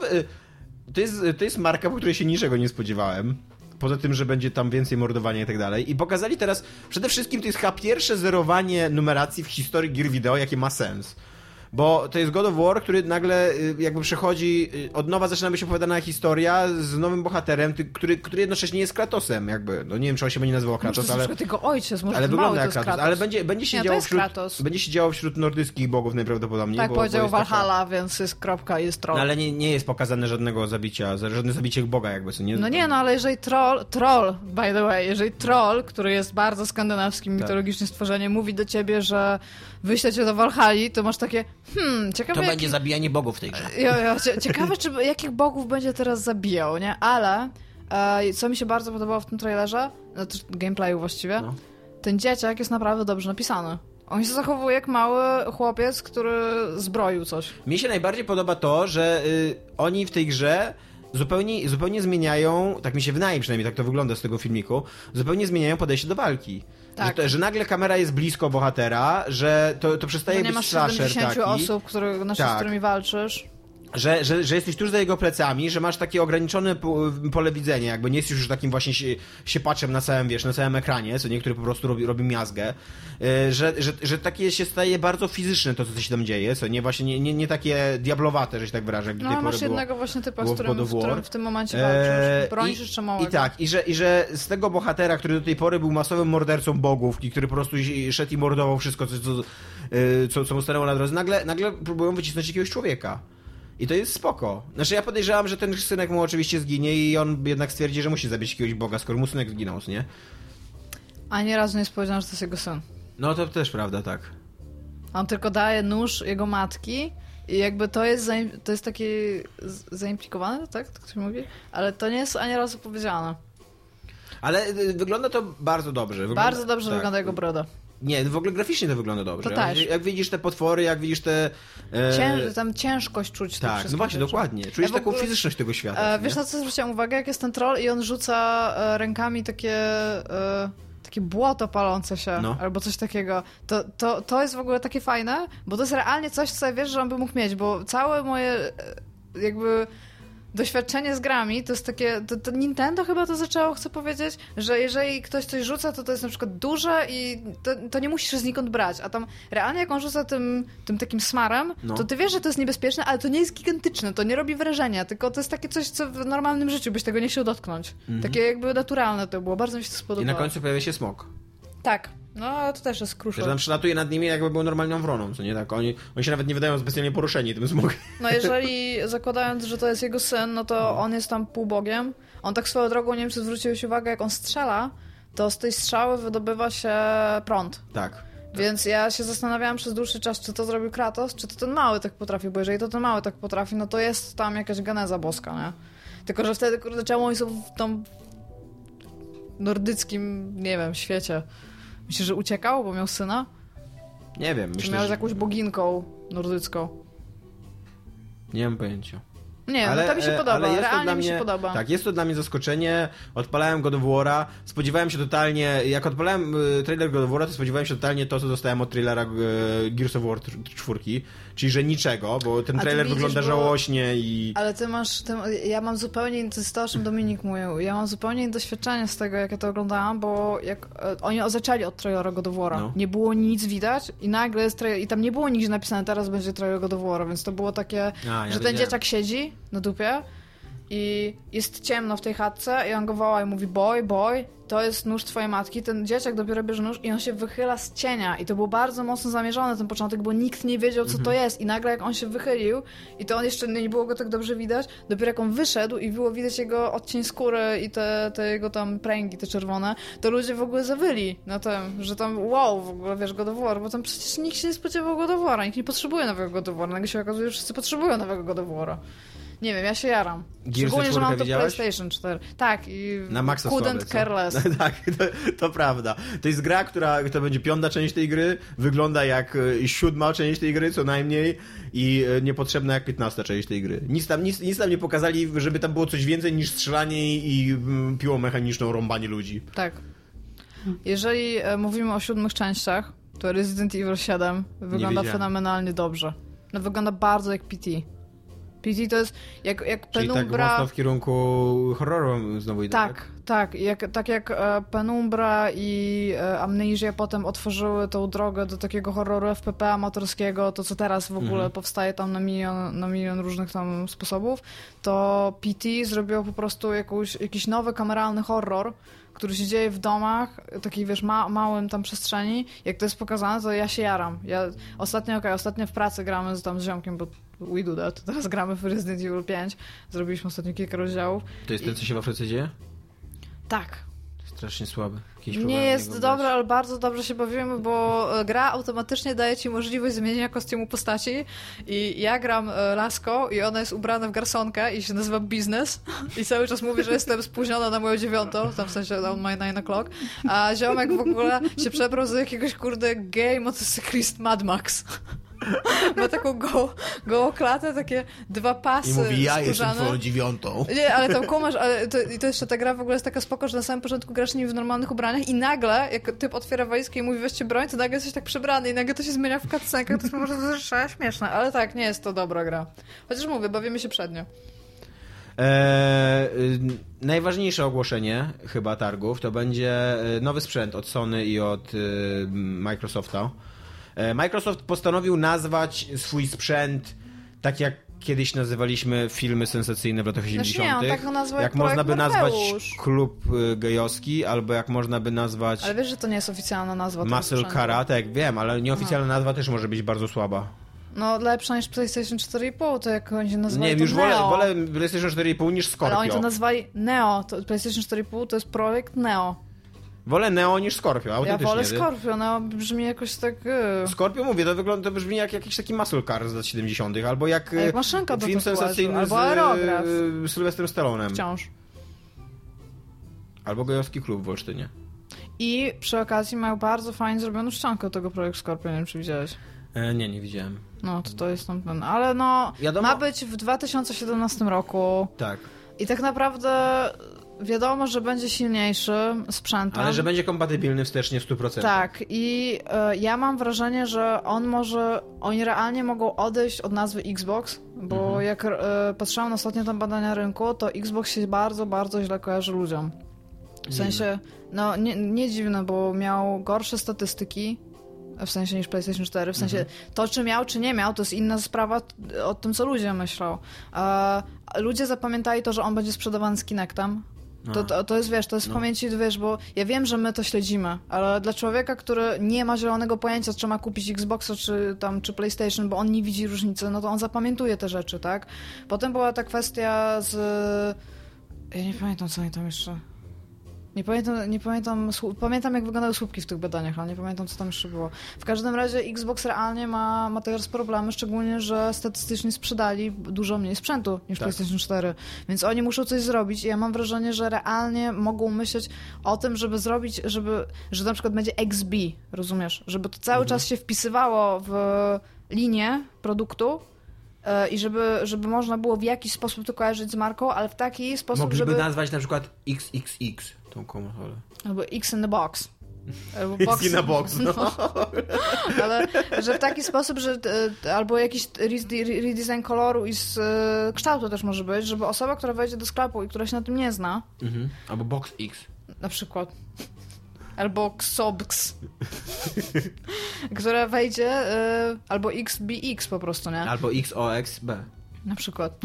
Speaker 2: to jest marka, po której się niczego nie spodziewałem. Poza tym, że będzie tam więcej mordowania i tak dalej. I pokazali teraz, przede wszystkim to jest chyba pierwsze zerowanie numeracji w historii gier wideo, jakie ma sens. Bo to jest God of War, który nagle jakby przechodzi, od nowa zaczyna być opowiadana historia z nowym bohaterem, który jednocześnie jest Kratosem, jakby. No nie wiem, czy on się będzie nazywał Kratos, ale...
Speaker 1: To tylko ojciec, może
Speaker 2: ale wygląda jak
Speaker 1: Kratos.
Speaker 2: Ale będzie się działo wśród nordyckich bogów najprawdopodobniej.
Speaker 1: Tak, powiedział Valhalla, więc jest kropka i jest troll.
Speaker 2: No, ale nie jest pokazane żadne zabicie boga jakby, co nie?
Speaker 1: No nie, no ale jeżeli troll, by the way, jeżeli troll, który jest bardzo skandynawskim, mitologicznym stworzeniem, mówi do ciebie, że wyślę cię do Valhalli, to masz takie ciekawe...
Speaker 2: To będzie zabijanie bogów w tej grze.
Speaker 1: Ciekawe, jakich bogów będzie teraz zabijał, nie? Ale co mi się bardzo podobało w tym trailerze, gameplayu właściwie, ten dzieciak jest naprawdę dobrze napisany. On się zachowuje jak mały chłopiec, który zbroił coś.
Speaker 2: Mi się najbardziej podoba to, że oni w tej grze zupełnie zmieniają, tak mi się wydaje przynajmniej, tak to wygląda z tego filmiku, zupełnie zmieniają podejście do walki. Tak. Że nagle kamera jest blisko bohatera, że to przestaje być slasher taki.
Speaker 1: Nie masz 70 osób, z którymi walczysz.
Speaker 2: Że jesteś tuż za jego plecami, że masz takie ograniczone pole widzenia, jakby nie jesteś już takim właśnie siepaczem na całym ekranie, co niektóry po prostu robi miazgę, że takie się staje bardzo fizyczne to, co się tam dzieje, co nie właśnie nie takie diablowate, że się tak wyrażę.
Speaker 1: No masz jednego właśnie typa, z którym w tym momencie walczysz, bronisz jeszcze małego.
Speaker 2: I tak, i że z tego bohatera, który do tej pory był masowym mordercą bogów i który po prostu szedł i mordował wszystko, co mu stanęło na drodze, nagle próbują wycisnąć jakiegoś człowieka. I to jest spoko. Znaczy ja podejrzewam, że ten synek mu oczywiście zginie i on jednak stwierdzi, że musi zabić jakiegoś boga, skoro mu synek zginął, nie?
Speaker 1: A nie razu nie jest powiedziane, że to jest jego syn.
Speaker 2: No to też prawda, tak.
Speaker 1: On tylko daje nóż jego matki i jakby to jest takie zaimplikowane, tak? Tak ktoś mówi? Ale to nie jest ani razu powiedziane.
Speaker 2: Ale wygląda to bardzo dobrze.
Speaker 1: Bardzo dobrze wygląda jego broda.
Speaker 2: Nie, w ogóle graficznie to wygląda dobrze.
Speaker 1: To też.
Speaker 2: Jak widzisz te potwory, jak widzisz te...
Speaker 1: Tam ciężkość czuć.
Speaker 2: Tak, no właśnie, dokładnie. Czujesz taką fizyczność tego świata.
Speaker 1: Wiesz na co zwróciłam uwagę? Jak jest ten troll i on rzuca rękami takie błoto palące się, albo coś takiego. To jest w ogóle takie fajne, bo to jest realnie coś, co wiesz, że on by mógł mieć, bo całe moje jakby... doświadczenie z grami, to jest takie, to Nintendo chyba to zaczęło, chcę powiedzieć, że jeżeli ktoś coś rzuca, to jest na przykład duże i to nie musisz znikąd brać, a tam realnie jak on rzuca tym takim smarem, to ty wiesz, że to jest niebezpieczne, ale to nie jest gigantyczne, to nie robi wrażenia, tylko to jest takie coś, co w normalnym życiu byś tego nie chciał dotknąć. Takie jakby naturalne to było, bardzo mi się to spodobało.
Speaker 2: I na końcu pojawia się smok.
Speaker 1: Tak. No, ale to też jest kruszol.
Speaker 2: Że tam przelatuje nad nimi, jakby był normalną wroną, co nie? Tak, oni się nawet nie wydają specjalnie poruszeni tym smogiem.
Speaker 1: No jeżeli zakładając, że to jest jego syn, no to on jest tam półbogiem. On tak swoją drogą, nie wiem, czy zwróciłeś uwagę, jak on strzela, to z tej strzały wydobywa się prąd.
Speaker 2: Tak.
Speaker 1: Więc ja się zastanawiałam przez dłuższy czas, czy to zrobił Kratos, czy to ten mały tak potrafi, bo jeżeli to ten mały tak potrafi, no to jest tam jakaś geneza boska, nie? Tylko, że wtedy, kurde, czemu oni są w tam nordyckim, nie wiem, świecie? Myślisz, że uciekał, bo miał syna?
Speaker 2: Nie wiem.
Speaker 1: Czy miał z jakąś boginką nordycką?
Speaker 2: Nie mam pojęcia.
Speaker 1: Nie, ale, no to mi się podoba, realnie mi się podoba.
Speaker 2: Tak, jest to dla mnie zaskoczenie. Odpalałem God of War'a, spodziewałem się totalnie, jak odpalałem trailer God of War'a, to spodziewałem się totalnie to, co dostałem od trailera Gears of War 4, czyli że niczego, bo ten trailer wygląda żałośnie i...
Speaker 1: Ale ty masz, ja mam zupełnie, to jest to, o czym Dominik mówił, ja mam zupełnie doświadczenie z tego, jak ja to oglądałam, bo jak oni zaczęli od trailera God of War'a, nie było nic widać i nagle jest trailer, i tam nie było nigdzie napisane, teraz będzie trailer God of War'a, więc to było takie, że ten dzieciak siedzi na dupie i jest ciemno w tej chatce i on go woła i mówi boy, to jest nóż twojej matki. Ten dzieciak dopiero bierze nóż i on się wychyla z cienia i to było bardzo mocno zamierzone ten początek, bo nikt nie wiedział, co to jest i nagle jak on się wychylił i to on jeszcze nie było go tak dobrze widać, dopiero jak on wyszedł i było widać jego odcień skóry i te jego tam pręgi, te czerwone, to ludzie w ogóle zawyli na tym, że tam wow, w ogóle wiesz, God of War, bo tam przecież nikt się nie spodziewał God of War, nikt nie potrzebuje nowego God of War, nagle się okazuje, że wszyscy potrzebują nowego God of War. Nie wiem, ja się jaram. Szczególnie, że mam to PlayStation 4. Tak, i
Speaker 2: na maksa
Speaker 1: couldn't care less.
Speaker 2: Tak, to prawda. To jest gra, to będzie 5. część tej gry, wygląda jak 7. część tej gry, co najmniej, i niepotrzebna jak 15. część tej gry. Nic tam nie pokazali, żeby tam było coś więcej niż strzelanie i piłą mechaniczną, rąbanie ludzi.
Speaker 1: Tak. Jeżeli mówimy o 7 częściach, to Resident Evil 7 wygląda fenomenalnie dobrze. No, wygląda bardzo jak PT. PT to jest jak Penumbra...
Speaker 2: Czyli tak mocno w kierunku horroru znowu idę,
Speaker 1: tak. Tak jak Penumbra i Amnesia potem otworzyły tą drogę do takiego horroru FPP amatorskiego, to co teraz w ogóle powstaje tam na milion różnych tam sposobów, to PT zrobiło po prostu jakiś nowy kameralny horror, który się dzieje w domach, takiej wiesz, małym tam przestrzeni. Jak to jest pokazane, to ja się jaram. Ostatnio w pracy gramy z ziomkiem, bo we do that. Teraz gramy w Resident Evil 5. Zrobiliśmy ostatnio kilka rozdziałów.
Speaker 2: To jest ten, co się w Afryce dzieje?
Speaker 1: Tak.
Speaker 2: Strasznie słaby.
Speaker 1: Nie jest dobre, ale bardzo dobrze się bawimy, bo gra automatycznie daje ci możliwość zmienienia kostiumu postaci i ja gram laską i ona jest ubrana w garsonkę i się nazywa Biznes i cały czas mówi, że jestem spóźniona na moją 9, tam w sensie on my 9 o'clock, a ziomek w ogóle się przebrał za jakiegoś gay motocyklist Mad Max. Ma taką gołą klatę, takie 2 pasy
Speaker 2: i mówi, ja
Speaker 1: skórzane.
Speaker 2: Jestem twoją 9.
Speaker 1: Nie, ale tam kumasz, ale to jeszcze ta gra w ogóle jest taka spoko, że na samym początku grasz nim w normalnych ubraniach i nagle, jak typ otwiera walizkę i mówi weźcie broń, to nagle jesteś tak przebrany i nagle to się zmienia w cutscenkach, to jest po prostu śmieszne, ale tak, nie jest to dobra gra. Chociaż mówię, bawimy się przednio.
Speaker 2: Najważniejsze ogłoszenie chyba targów to będzie nowy sprzęt od Sony i od Microsofta. Microsoft postanowił nazwać swój sprzęt tak jak kiedyś nazywaliśmy filmy sensacyjne w latach 80.
Speaker 1: Nie, on tak go nazwał
Speaker 2: jak można by nazwać klub gejowski, albo jak można by nazwać...
Speaker 1: Ale wiesz, że to nie jest oficjalna nazwa.
Speaker 2: Muscle Karate, wiem, ale nieoficjalna nazwa też może być bardzo słaba.
Speaker 1: No lepsza niż PlayStation 4,5, to jak oni się nazywali.
Speaker 2: Nie, już wolę PlayStation 4,5 niż Scorpio.
Speaker 1: Ale oni to nazwali Neo, to PlayStation 4,5 to jest projekt Neo.
Speaker 2: Wolę Neo niż Scorpio, autentycznie.
Speaker 1: Ja wolę Scorpio, Neo brzmi jakoś tak...
Speaker 2: Scorpio, mówię, to brzmi jak jakiś taki muscle car z lat 70. albo jak
Speaker 1: maszynka
Speaker 2: film sensacyjny
Speaker 1: albo aerograf.
Speaker 2: z Sylwestrem Stallonem.
Speaker 1: Wciąż.
Speaker 2: Albo gejowski klub w Olsztynie.
Speaker 1: I przy okazji mają bardzo fajnie zrobioną ściankę tego projektu Scorpio, nie wiem czy widziałeś.
Speaker 2: Nie widziałem.
Speaker 1: No, to jest tam ten... Ale no, wiadomo, ma być w 2017 roku.
Speaker 2: Tak.
Speaker 1: I tak naprawdę... Wiadomo, że będzie silniejszy sprzętem.
Speaker 2: Ale że będzie kompatybilny wstecznie w 100%.
Speaker 1: Tak. I ja mam wrażenie, że oni realnie mogą odejść od nazwy Xbox, bo jak patrzyłam na ostatnie tam badania rynku, to Xbox się bardzo, bardzo źle kojarzy ludziom. W sensie, no nie dziwne, bo miał gorsze statystyki, w sensie niż PlayStation 4, w sensie to, czy miał, czy nie miał, to jest inna sprawa o tym, co ludzie myślą. Ludzie zapamiętali to, że on będzie sprzedawany z Kinectem. To jest, wiesz, to jest w pamięci, wiesz, bo ja wiem, że my to śledzimy, ale dla człowieka, który nie ma zielonego pojęcia, czy ma kupić Xboxa, czy PlayStation, bo on nie widzi różnicy, no to on zapamiętuje te rzeczy, tak? Potem była ta kwestia z... Ja nie pamiętam, co oni tam jeszcze... Pamiętam jak wyglądały słupki w tych badaniach, ale nie pamiętam, co tam jeszcze było. W każdym razie Xbox realnie ma teraz problemy, szczególnie, że statystycznie sprzedali dużo mniej sprzętu niż PlayStation 4, więc oni muszą coś zrobić i ja mam wrażenie, że realnie mogą myśleć o tym, żeby zrobić, że na przykład będzie XB, rozumiesz? Żeby to cały czas się wpisywało w linię produktu, i żeby można było w jakiś sposób to kojarzyć z marką, ale w taki sposób,
Speaker 2: mogliby nazwać na przykład XXX tą konsolę.
Speaker 1: Albo X in the box.
Speaker 2: Albo box. X in the box, no.
Speaker 1: Ale że w taki sposób, że albo jakiś redesign koloru i z kształtu też może być, żeby osoba, która wejdzie do sklepu i która się na tym nie zna...
Speaker 2: Albo Box X.
Speaker 1: Na przykład. Albo XOBX, która wejdzie, albo XBX po prostu, nie?
Speaker 2: Albo XOXB.
Speaker 1: Na przykład.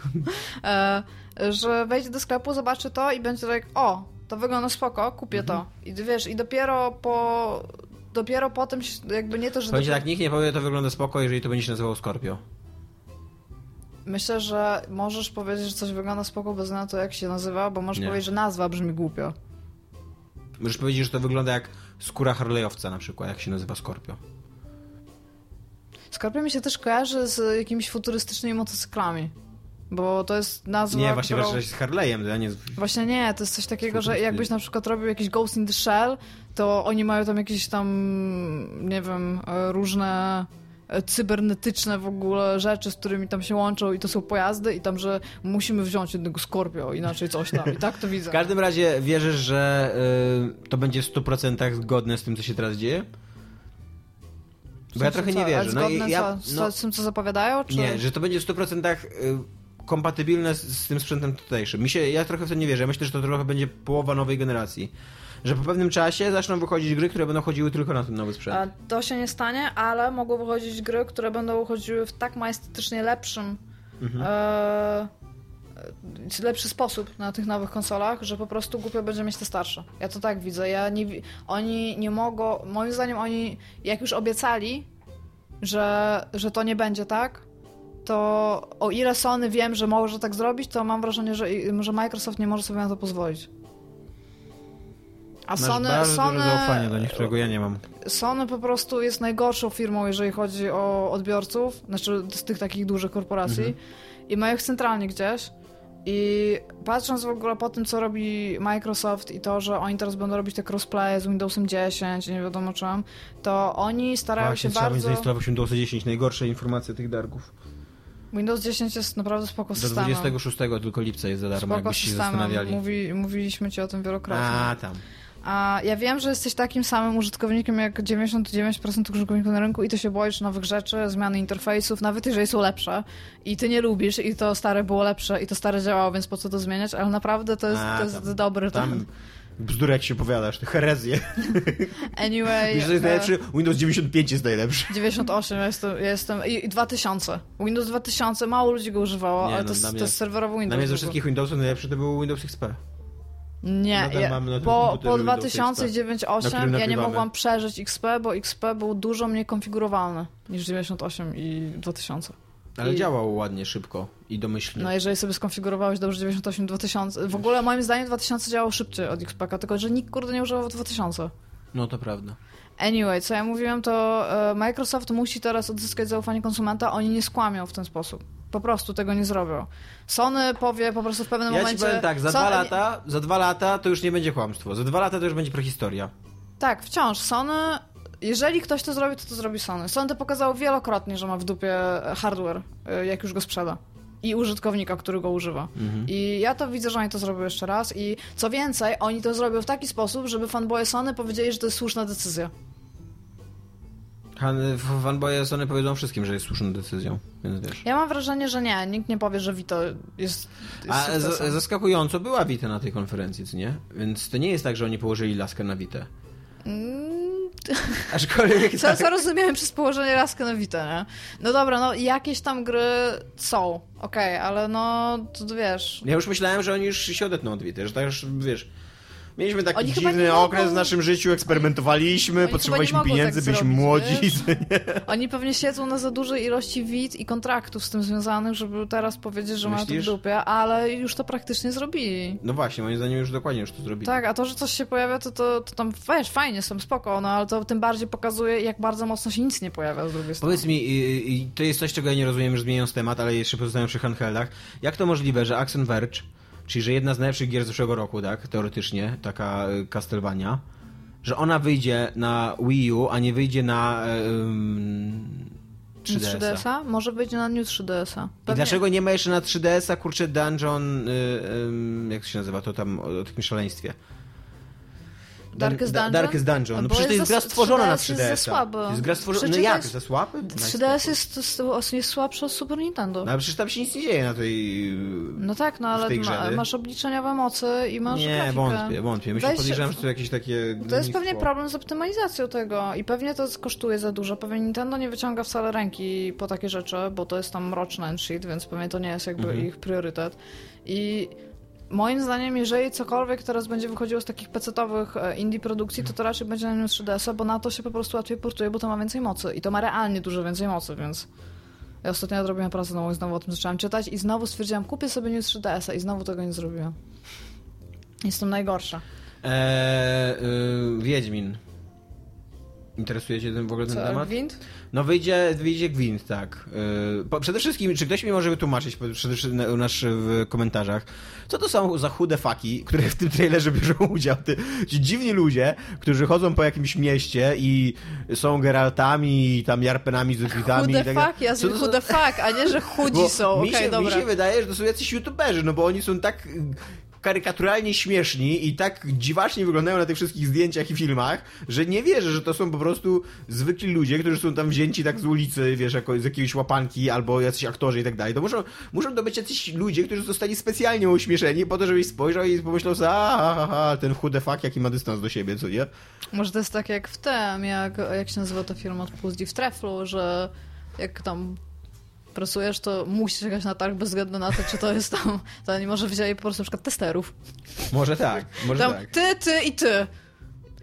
Speaker 1: Że wejdzie do sklepu, zobaczy to i będzie tak, to wygląda spoko, kupię to. I wiesz, i dopiero po tym jakby nie to, że...
Speaker 2: Powiedz tak, nikt nie powie, to wygląda spoko, jeżeli to będzie się nazywało Scorpio.
Speaker 1: Myślę, że możesz powiedzieć, że coś wygląda spoko bez na to, jak się nazywa, bo możesz powiedzieć, że nazwa brzmi głupio.
Speaker 2: Możesz powiedzieć, że to wygląda jak skóra Harley'owca na przykład, jak się nazywa Scorpio.
Speaker 1: Scorpio mi się też kojarzy z jakimiś futurystycznymi motocyklami. Bo to jest nazwa,
Speaker 2: nie, właśnie z Harley'em, ja nie...
Speaker 1: Właśnie nie, to jest coś takiego, że jakbyś na przykład robił jakiś Ghost in the Shell, to oni mają tam jakieś tam, nie wiem, różne cybernetyczne w ogóle rzeczy, z którymi tam się łączą i to są pojazdy i tam, że musimy wziąć jednego Scorpio, inaczej coś tam. I tak to widzę.
Speaker 2: W każdym razie wierzysz, że to będzie w 100% zgodne z tym, co się teraz dzieje? Bo ja trochę nie wierzę.
Speaker 1: Zgodne z tym, co zapowiadają? Czy...
Speaker 2: Nie, że to będzie w 100% kompatybilne z tym sprzętem tutejszym. Ja trochę w to nie wierzę. Ja myślę, że to trochę będzie połowa nowej generacji. Że po pewnym czasie zaczną wychodzić gry, które będą chodziły tylko na ten nowy sprzęt.
Speaker 1: To się nie stanie, ale mogą wychodzić gry, które będą wychodziły w tak majestatycznie lepszym lepszy sposób na tych nowych konsolach, że po prostu głupio będzie mieć te starsze. Ja to tak widzę. Oni nie mogą... Moim zdaniem oni, jak już obiecali, że to nie będzie tak, to o ile Sony wiem, że może tak zrobić, to mam wrażenie, że Microsoft nie może sobie na to pozwolić. A Sony
Speaker 2: zaufanie do nich, którego ja nie mam.
Speaker 1: Sony po prostu jest najgorszą firmą, jeżeli chodzi o odbiorców, znaczy z tych takich dużych korporacji i mają ich centralnie gdzieś. I patrząc w ogóle po tym, co robi Microsoft i to, że oni teraz będą robić te crossplay z Windowsem 10 i nie wiadomo czym, to oni starają się bardzo...
Speaker 2: Trzeba zainstalować Windows 10, najgorsze informacje tych darków.
Speaker 1: Windows 10 jest naprawdę spoko systemem.
Speaker 2: Do 26 tylko lipca jest za darmo, jakbyście się zastanawiali.
Speaker 1: Mówiliśmy ci o tym wielokrotnie.
Speaker 2: Tam.
Speaker 1: A ja wiem, że jesteś takim samym użytkownikiem jak 99% użytkowników na rynku i ty się boisz nowych rzeczy, zmiany interfejsów, nawet jeżeli są lepsze i ty nie lubisz i to stare było lepsze i to stare działało, więc po co to zmieniać, ale naprawdę to jest dobry ten...
Speaker 2: Bzdury, jak się powiadasz, te herezje.
Speaker 1: Anyway...
Speaker 2: Wiesz, to jest najlepszy? Windows 95 jest najlepszy.
Speaker 1: 98 ja jestem i 2000. Windows 2000, mało ludzi go używało, ale to jest serwerowy Windows.
Speaker 2: Dla mnie ze wszystkich Windowsów najlepszy to był Windows XP.
Speaker 1: Nie, po 2009-2008 ja nie mogłam przeżyć XP, bo XP był dużo mniej konfigurowalny niż 98 i 2000.
Speaker 2: Ale działał ładnie, szybko i domyślnie.
Speaker 1: No jeżeli sobie skonfigurowałeś dobrze 98-2000, w ogóle moim zdaniem 2000 działał szybciej od XP, tylko że nikt kurde nie używał 2000.
Speaker 2: No to prawda.
Speaker 1: Anyway, co ja mówiłem, to Microsoft musi teraz odzyskać zaufanie konsumenta, oni nie skłamią w ten sposób. Po prostu tego nie zrobią. Sony powie po prostu w pewnym momencie...
Speaker 2: Ja ci powiem tak, za 2 lata to już nie będzie kłamstwo. Za 2 lata to już będzie prehistoria.
Speaker 1: Tak, wciąż. Sony... Jeżeli ktoś to zrobi, to zrobi Sony. Sony to pokazało wielokrotnie, że ma w dupie hardware, jak już go sprzeda. I użytkownika, który go używa. I ja to widzę, że oni to zrobią jeszcze raz. I co więcej, oni to zrobią w taki sposób, żeby fanboye Sony powiedzieli, że to jest słuszna decyzja.
Speaker 2: Fanboye Sony powiedzą wszystkim, że jest słuszną decyzją, więc wiesz.
Speaker 1: Ja mam wrażenie, że nie. Nikt nie powie, że Vita jest
Speaker 2: zaskakująco była Vita na tej konferencji, co nie? Więc to nie jest tak, że oni położyli laskę na Vitę. Aczkolwiek
Speaker 1: co rozumiałem przez położenie laskę na Vita, nie? No dobra, no jakieś tam gry są, okej, ale no, to wiesz...
Speaker 2: Ja już myślałem, że oni już się odetną od Vity, że tak już, wiesz... Mieliśmy taki dziwny okres w naszym życiu, eksperymentowaliśmy, potrzebowaliśmy pieniędzy,
Speaker 1: tak
Speaker 2: byliśmy młodzi.
Speaker 1: Oni pewnie siedzą na za dużej ilości wid i kontraktów z tym związanych, żeby teraz powiedzieć, że mają to w dupie, ale już to praktycznie zrobili.
Speaker 2: No właśnie, moim zdaniem już dokładnie już to zrobili.
Speaker 1: Tak, a to, że coś się pojawia, to tam wiesz, fajnie, są spoko, no ale to tym bardziej pokazuje, jak bardzo mocno się nic nie pojawia z drugiej strony.
Speaker 2: Powiedz mi, to jest coś, czego ja nie rozumiem, że zmieniając temat, ale jeszcze pozostają przy handheldach. Jak to możliwe, że Axiom Verge, czyli że jedna z najlepszych gier z zeszłego roku, tak, teoretycznie, taka Castlevania, że ona wyjdzie na Wii U, a nie wyjdzie na 3DS-a?
Speaker 1: Może wyjdzie na New 3DS-a.
Speaker 2: Pewnie. I dlaczego nie ma jeszcze na 3DS-a, kurczę, Dungeon, jak to się nazywa, to tam o takim szaleństwie?
Speaker 1: Darkest Dungeon?
Speaker 2: Darkest Dungeon. No przecież to jest gra stworzona na 3DS-a.
Speaker 1: Jest za słaby.
Speaker 2: Jest gra stworzona... No jak? Za słaby?
Speaker 1: 3DS jest słabszy od Super Nintendo.
Speaker 2: No ale przecież tam się nic nie dzieje na tej...
Speaker 1: No tak, no ale masz obliczeniowe mocy i masz grafikę.
Speaker 2: Nie, wątpię. Podejrzewam, że to jakieś takie...
Speaker 1: To jest pewnie problem z optymalizacją tego i pewnie to kosztuje za dużo. Pewnie Nintendo nie wyciąga wcale ręki po takie rzeczy, bo to jest tam mroczny end sheet, więc pewnie to nie jest jakby ich priorytet. I... Moim zdaniem, jeżeli cokolwiek teraz będzie wychodziło z takich pecetowych indie produkcji, to raczej będzie na New 3DS-a, bo na to się po prostu łatwiej portuje, bo to ma więcej mocy. I to ma realnie dużo więcej mocy, więc... Ja ostatnio odrobiłem pracę domową i znowu o tym zaczęłam czytać i znowu stwierdziłam, kupię sobie New 3DS-a i znowu tego nie zrobiłam. Jestem najgorsza.
Speaker 2: Wiedźmin. Interesuje cię w ogóle ten temat?
Speaker 1: Gwint?
Speaker 2: No wyjdzie Gwint, tak. Przede wszystkim, czy ktoś mi może wytłumaczyć u nas w komentarzach, co to są za chude faki, które w tym trailerze bierzą udział? Ci dziwni ludzie, którzy chodzą po jakimś mieście i są Geraltami i tam Jarpenami z Gwintami.
Speaker 1: Chude faki, ja sobie chude fak, a nie, że chudzi są.
Speaker 2: Mi się wydaje, że to są jacyś youtuberzy, no bo oni są tak karykaturalnie śmieszni i tak dziwacznie wyglądają na tych wszystkich zdjęciach i filmach, że nie wierzę, że to są po prostu zwykli ludzie, którzy są tam wzięci tak z ulicy, wiesz, z jakiejś łapanki albo jacyś aktorzy i tak dalej. To muszą to być jacyś ludzie, którzy zostali specjalnie ośmieszeni po to, żebyś spojrzał i pomyślał sobie, ten chude fuck, jaki ma dystans do siebie, co nie?
Speaker 1: Może to jest tak jak w tym, jak się nazywa ta firma od Puzdi w Treflu, że jak tam pracujesz, to musisz jechać na targ bez względu na to, czy to jest tam... To nie może wzięli po prostu na przykład testerów.
Speaker 2: Może tak, może
Speaker 1: tam
Speaker 2: tak.
Speaker 1: Ty i ty.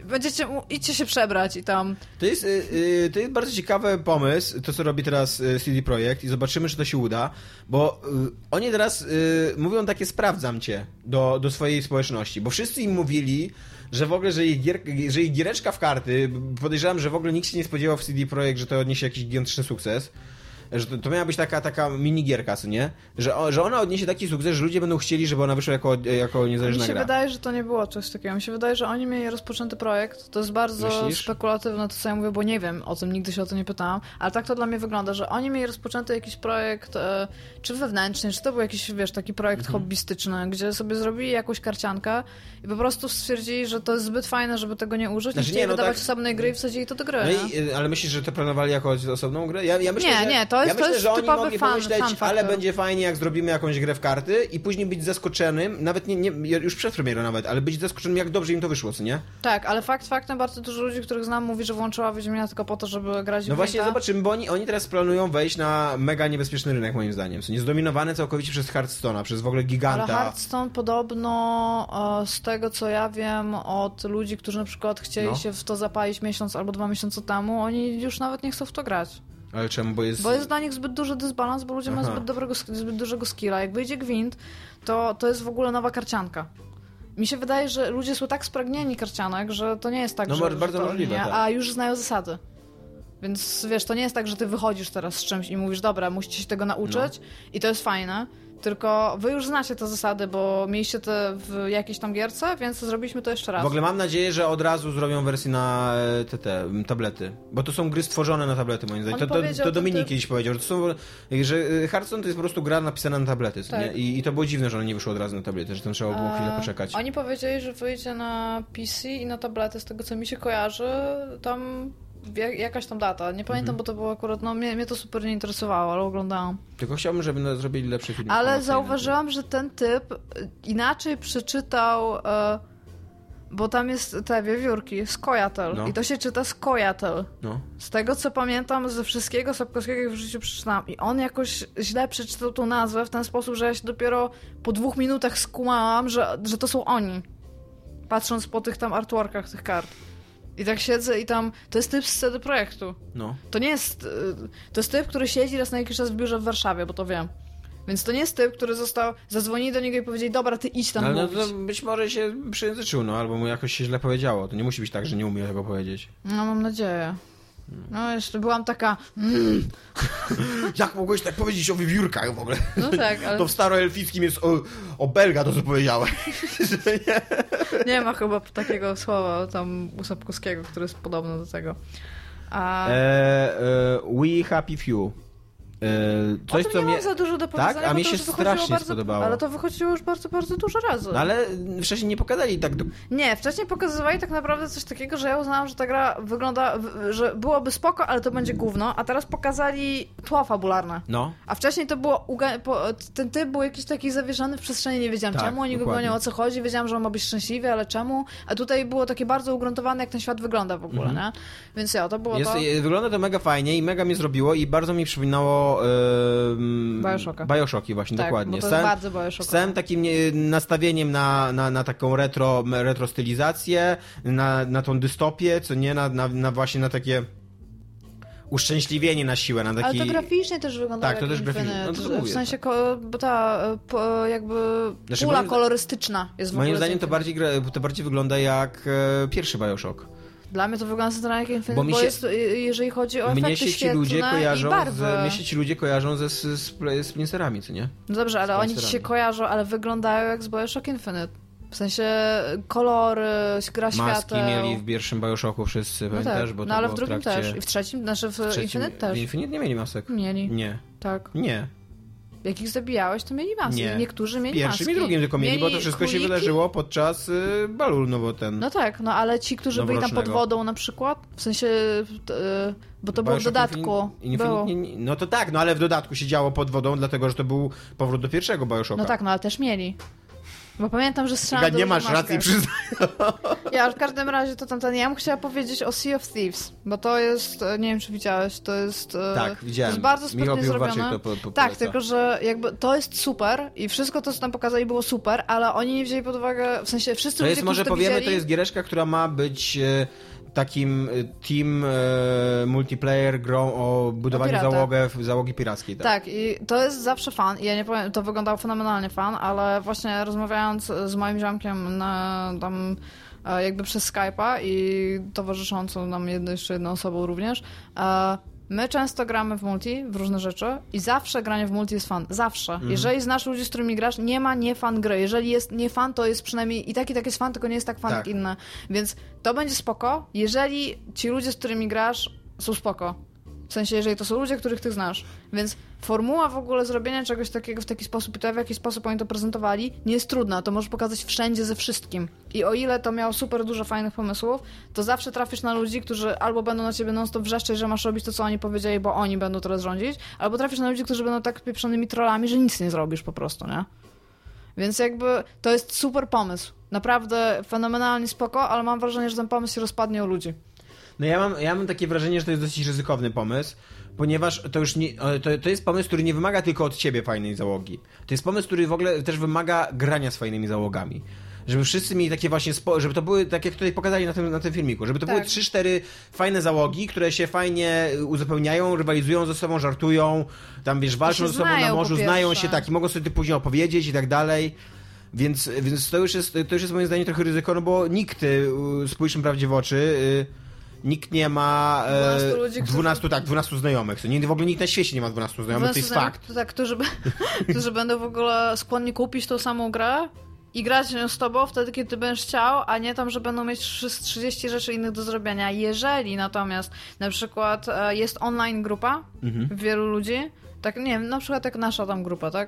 Speaker 1: idźcie się przebrać i tam...
Speaker 2: To jest bardzo ciekawy pomysł, to co robi teraz CD Projekt i zobaczymy, czy to się uda, bo oni teraz mówią takie sprawdzam cię do swojej społeczności, bo wszyscy im mówili, że w ogóle, że ich giereczka w karty, podejrzewam, że w ogóle nikt się nie spodziewał w CD Projekt, że to odniesie jakiś gigantyczny sukces. Że to miała być taka minigierka, co nie? Że ona odniesie taki sukces, że ludzie będą chcieli, żeby ona wyszła jako niezależna gra.
Speaker 1: Mi się wydaje, że to nie było coś takiego. Mi się wydaje, że oni mieli rozpoczęty projekt. To jest bardzo spekulatywne to, co ja mówię, bo nie wiem o tym, nigdy się o to nie pytałam, ale tak to dla mnie wygląda, że oni mieli rozpoczęty jakiś projekt, czy wewnętrzny, czy to był jakiś, taki projekt hobbystyczny, gdzie sobie zrobili jakąś karciankę i po prostu stwierdzili, że to jest zbyt fajne, żeby tego nie użyć, i chcieli wydawać osobnej gry i wsadzili to do gry.
Speaker 2: Ale myślisz, że to planowali jako osobną grę? Ja myślę,
Speaker 1: nie, to jest,
Speaker 2: myślę,
Speaker 1: to jest
Speaker 2: że oni mogli pomyśleć, ale
Speaker 1: faktor.
Speaker 2: będzie fajnie, jak zrobimy jakąś grę w karty i później być zaskoczonym, nawet nie już przed premierą nawet, ale być zaskoczonym, jak dobrze im to wyszło, co nie?
Speaker 1: Tak, ale faktem bardzo dużo ludzi, których znam, mówi, że włączyła Wiedźmina tylko po to, żeby grać w
Speaker 2: No właśnie, zobaczymy, bo oni teraz planują wejść na mega niebezpieczny rynek, moim zdaniem. Są niezdominowany całkowicie przez Hearthstone'a, przez w ogóle giganta.
Speaker 1: Ale Hearthstone podobno, z tego co ja wiem od ludzi, którzy na przykład chcieli się w to zapalić miesiąc albo 2 miesiące temu, oni już nawet nie chcą w to grać.
Speaker 2: Ale czemu? Bo jest
Speaker 1: dla nich zbyt duży dysbalans, bo ludzie mają zbyt dużego skilla. Jak wyjdzie Gwint, to jest w ogóle nowa karcianka. Mi się wydaje, że ludzie są tak spragnieni karcianek, że to nie jest tak, że
Speaker 2: bardzo
Speaker 1: to
Speaker 2: możliwe,
Speaker 1: nie,
Speaker 2: tak.
Speaker 1: A już znają zasady. Więc wiesz, to nie jest tak, że ty wychodzisz teraz z czymś i mówisz, dobra, musicie się tego nauczyć i to jest fajne. Tylko wy już znacie te zasady, bo mieliście te w jakiejś tam gierce, więc zrobiliśmy to jeszcze raz.
Speaker 2: W ogóle mam nadzieję, że od razu zrobią wersję na te tablety. Bo to są gry stworzone na tablety, moim zdaniem. To Dominik kiedyś powiedział, że Hearthstone to jest po prostu gra napisana na tablety. Tak. Nie? I to było dziwne, że ono nie wyszło od razu na tablety, że tam trzeba było chwilę poczekać.
Speaker 1: Oni powiedzieli, że wyjdzie na PC i na tablety, z tego co mi się kojarzy, tam jakaś tam data. Nie pamiętam, bo to było akurat, mnie to super nie interesowało, ale oglądałam.
Speaker 2: Tylko chciałbym, żeby zrobili lepszy film.
Speaker 1: Ale zauważyłam, że ten typ inaczej przeczytał, bo tam jest te wiewiórki, Skojatel. I to się czyta Skojatel. Z tego, co pamiętam, ze wszystkiego Sapkowskiego, jak w życiu przeczytałam. I on jakoś źle przeczytał tą nazwę w ten sposób, że ja się dopiero po 2 minutach skumałam, że to są oni. Patrząc po tych tam artworkach tych kart. I tak siedzę i tam... To jest typ z CD Projektu. To nie jest... To jest typ, który siedzi raz na jakiś czas w biurze w Warszawie, bo to wiem. Więc to nie jest typ, który zadzwonili do niego i powiedzieli, dobra, ty idź tam mówić.
Speaker 2: No to być może się przyjęzyczył, albo mu jakoś się źle powiedziało. To nie musi być tak, że nie umie tego powiedzieć.
Speaker 1: No, mam nadzieję. No, jeszcze byłam taka...
Speaker 2: Jak mogłeś tak powiedzieć o wiewiórkach w ogóle?
Speaker 1: No tak, ale...
Speaker 2: To w staroelfickim jest o belga to, co powiedziałeś.
Speaker 1: Nie ma chyba takiego słowa tam u Sapkowskiego, który jest podobny do tego.
Speaker 2: We Happy Few. Coś, co
Speaker 1: nie mam za dużo do powiedzenia,
Speaker 2: tak? A mi się strasznie spodobało.
Speaker 1: Ale to wychodziło już bardzo, bardzo dużo razy.
Speaker 2: No ale wcześniej nie pokazali tak...
Speaker 1: Nie, wcześniej pokazywali tak naprawdę coś takiego, że ja uznałam, że ta gra wygląda, że byłoby spoko, ale to będzie gówno, a teraz pokazali tło fabularne. A wcześniej to było... Ten typ był jakiś taki zawieszony w przestrzeni, nie wiedziałam czemu, oni go gonią, o co chodzi, wiedziałam, że on ma być szczęśliwy, ale czemu? A tutaj było takie bardzo ugruntowane, jak ten świat wygląda w ogóle, nie? Więc to było
Speaker 2: Wygląda to mega fajnie i mega mnie zrobiło i bardzo mi przypominało Bioshocki właśnie,
Speaker 1: tak,
Speaker 2: dokładnie.
Speaker 1: Bo to jest bardzo Bioshock.
Speaker 2: Z całym takim nastawieniem na taką retro stylizację, na tą dystopię, co nie, na właśnie na takie uszczęśliwienie na siłę, na taki...
Speaker 1: Ale to graficznie też wygląda jak
Speaker 2: to też
Speaker 1: graficznie.
Speaker 2: W
Speaker 1: sensie, bo ta jakby pula kolorystyczna jest w ogóle...
Speaker 2: Moim zdaniem to bardziej wygląda jak pierwszy Bioshock.
Speaker 1: Dla mnie to wygląda centralnie jak Infinite, bo jest, jeżeli chodzi o efekty świetlne i barwy.
Speaker 2: Mnie się ci ludzie kojarzą ze Splinterami, co nie?
Speaker 1: No dobrze, ale oni ci się kojarzą, ale wyglądają jak z Bioshock Infinite. W sensie kolory, gra świateł.
Speaker 2: Maski mieli w pierwszym Bioshocku wszyscy, pamiętasz?
Speaker 1: Tak,
Speaker 2: bo to
Speaker 1: ale
Speaker 2: było
Speaker 1: w drugim
Speaker 2: trakcie...
Speaker 1: też. I w trzecim, w Infinite też.
Speaker 2: W Infinite nie mieli masek.
Speaker 1: Mieli.
Speaker 2: Nie.
Speaker 1: Tak.
Speaker 2: Nie.
Speaker 1: Jak ich zabijałeś, to mieli maski.
Speaker 2: Nie.
Speaker 1: Niektórzy mieli
Speaker 2: maski. Pierwszym i drugim tylko mieli, bo to wszystko króliki. Się wydarzyło podczas balu,
Speaker 1: No tak, ale ci, którzy byli tam pod wodą na przykład, w sensie, bo to było w dodatku.
Speaker 2: No to tak, ale w dodatku się działo pod wodą, dlatego, że to był powrót do pierwszego Bioshocka.
Speaker 1: No tak, ale też mieli. Bo pamiętam, że strzelam
Speaker 2: nie masz racji, przyznaj.
Speaker 1: Ja w każdym razie ja bym chciała powiedzieć o Sea of Thieves, bo to jest, nie wiem czy widziałeś, to jest...
Speaker 2: Tak, widziałem.
Speaker 1: To jest bardzo sprytnie zrobione. Tak, tylko że jakby to jest super i wszystko to, co tam pokazali, było super, ale oni nie wzięli pod uwagę, w sensie wszyscy
Speaker 2: to
Speaker 1: ludzie,
Speaker 2: jest, może powiemy,
Speaker 1: widzieli...
Speaker 2: to jest giereczka, która ma być takim team multiplayer grą o budowaniu załogi pirackiej.
Speaker 1: Tak, i to jest zawsze fan. Ja nie powiem, to wyglądało fenomenalnie fan, ale właśnie rozmawiając z moim ziomkiem tam jakby przez Skype'a i towarzyszącą nam jeszcze jedną osobą również, my często gramy w multi, w różne rzeczy i zawsze granie w multi jest fan. Zawsze. Jeżeli znasz ludzi, z którymi grasz, nie ma nie fan gry. Jeżeli jest nie fan, to jest przynajmniej i tak jest fan, tylko nie jest tak fan jak inne. Więc to będzie spoko, jeżeli ci ludzie, z którymi grasz, są spoko. W sensie, jeżeli to są ludzie, których ty znasz. Więc formuła w ogóle zrobienia czegoś takiego w taki sposób i to w jaki sposób oni to prezentowali nie jest trudna. To możesz pokazać wszędzie ze wszystkim. I o ile to miało super dużo fajnych pomysłów, to zawsze trafisz na ludzi, którzy albo będą na ciebie non-stop wrzeszczeć, że masz robić to, co oni powiedzieli, bo oni będą teraz rządzić, albo trafisz na ludzi, którzy będą tak pieprzonymi trollami, że nic nie zrobisz po prostu, nie? Więc jakby to jest super pomysł. Naprawdę fenomenalnie spoko, ale mam wrażenie, że ten pomysł się rozpadnie o ludzi.
Speaker 2: No ja mam takie wrażenie, że to jest dosyć ryzykowny pomysł, ponieważ to już nie, to jest pomysł, który nie wymaga tylko od ciebie fajnej załogi. To jest pomysł, który w ogóle też wymaga grania z fajnymi załogami. Żeby wszyscy mieli takie właśnie, żeby to były, tak jak tutaj pokazali na tym filmiku, żeby to były 3-4 fajne załogi, które się fajnie uzupełniają, rywalizują ze sobą, żartują, tam wiesz, walczą ze sobą na morzu, znają się tak i mogą sobie później opowiedzieć i tak dalej. Więc to już jest moim zdaniem trochę ryzyko, no bo nikt, spójrzmy prawdzie w oczy, nikt nie ma 12 znajomych. W ogóle nikt na świecie nie ma 12 znajomych, to jest fakt.
Speaker 1: Tak, którzy będą w ogóle skłonni kupić tą samą grę i grać nią z tobą wtedy, kiedy ty będziesz chciał, a nie tam, że będą mieć 30 rzeczy innych do zrobienia. Jeżeli natomiast na przykład jest online grupa wielu ludzi, tak nie wiem, na przykład jak nasza tam grupa, tak,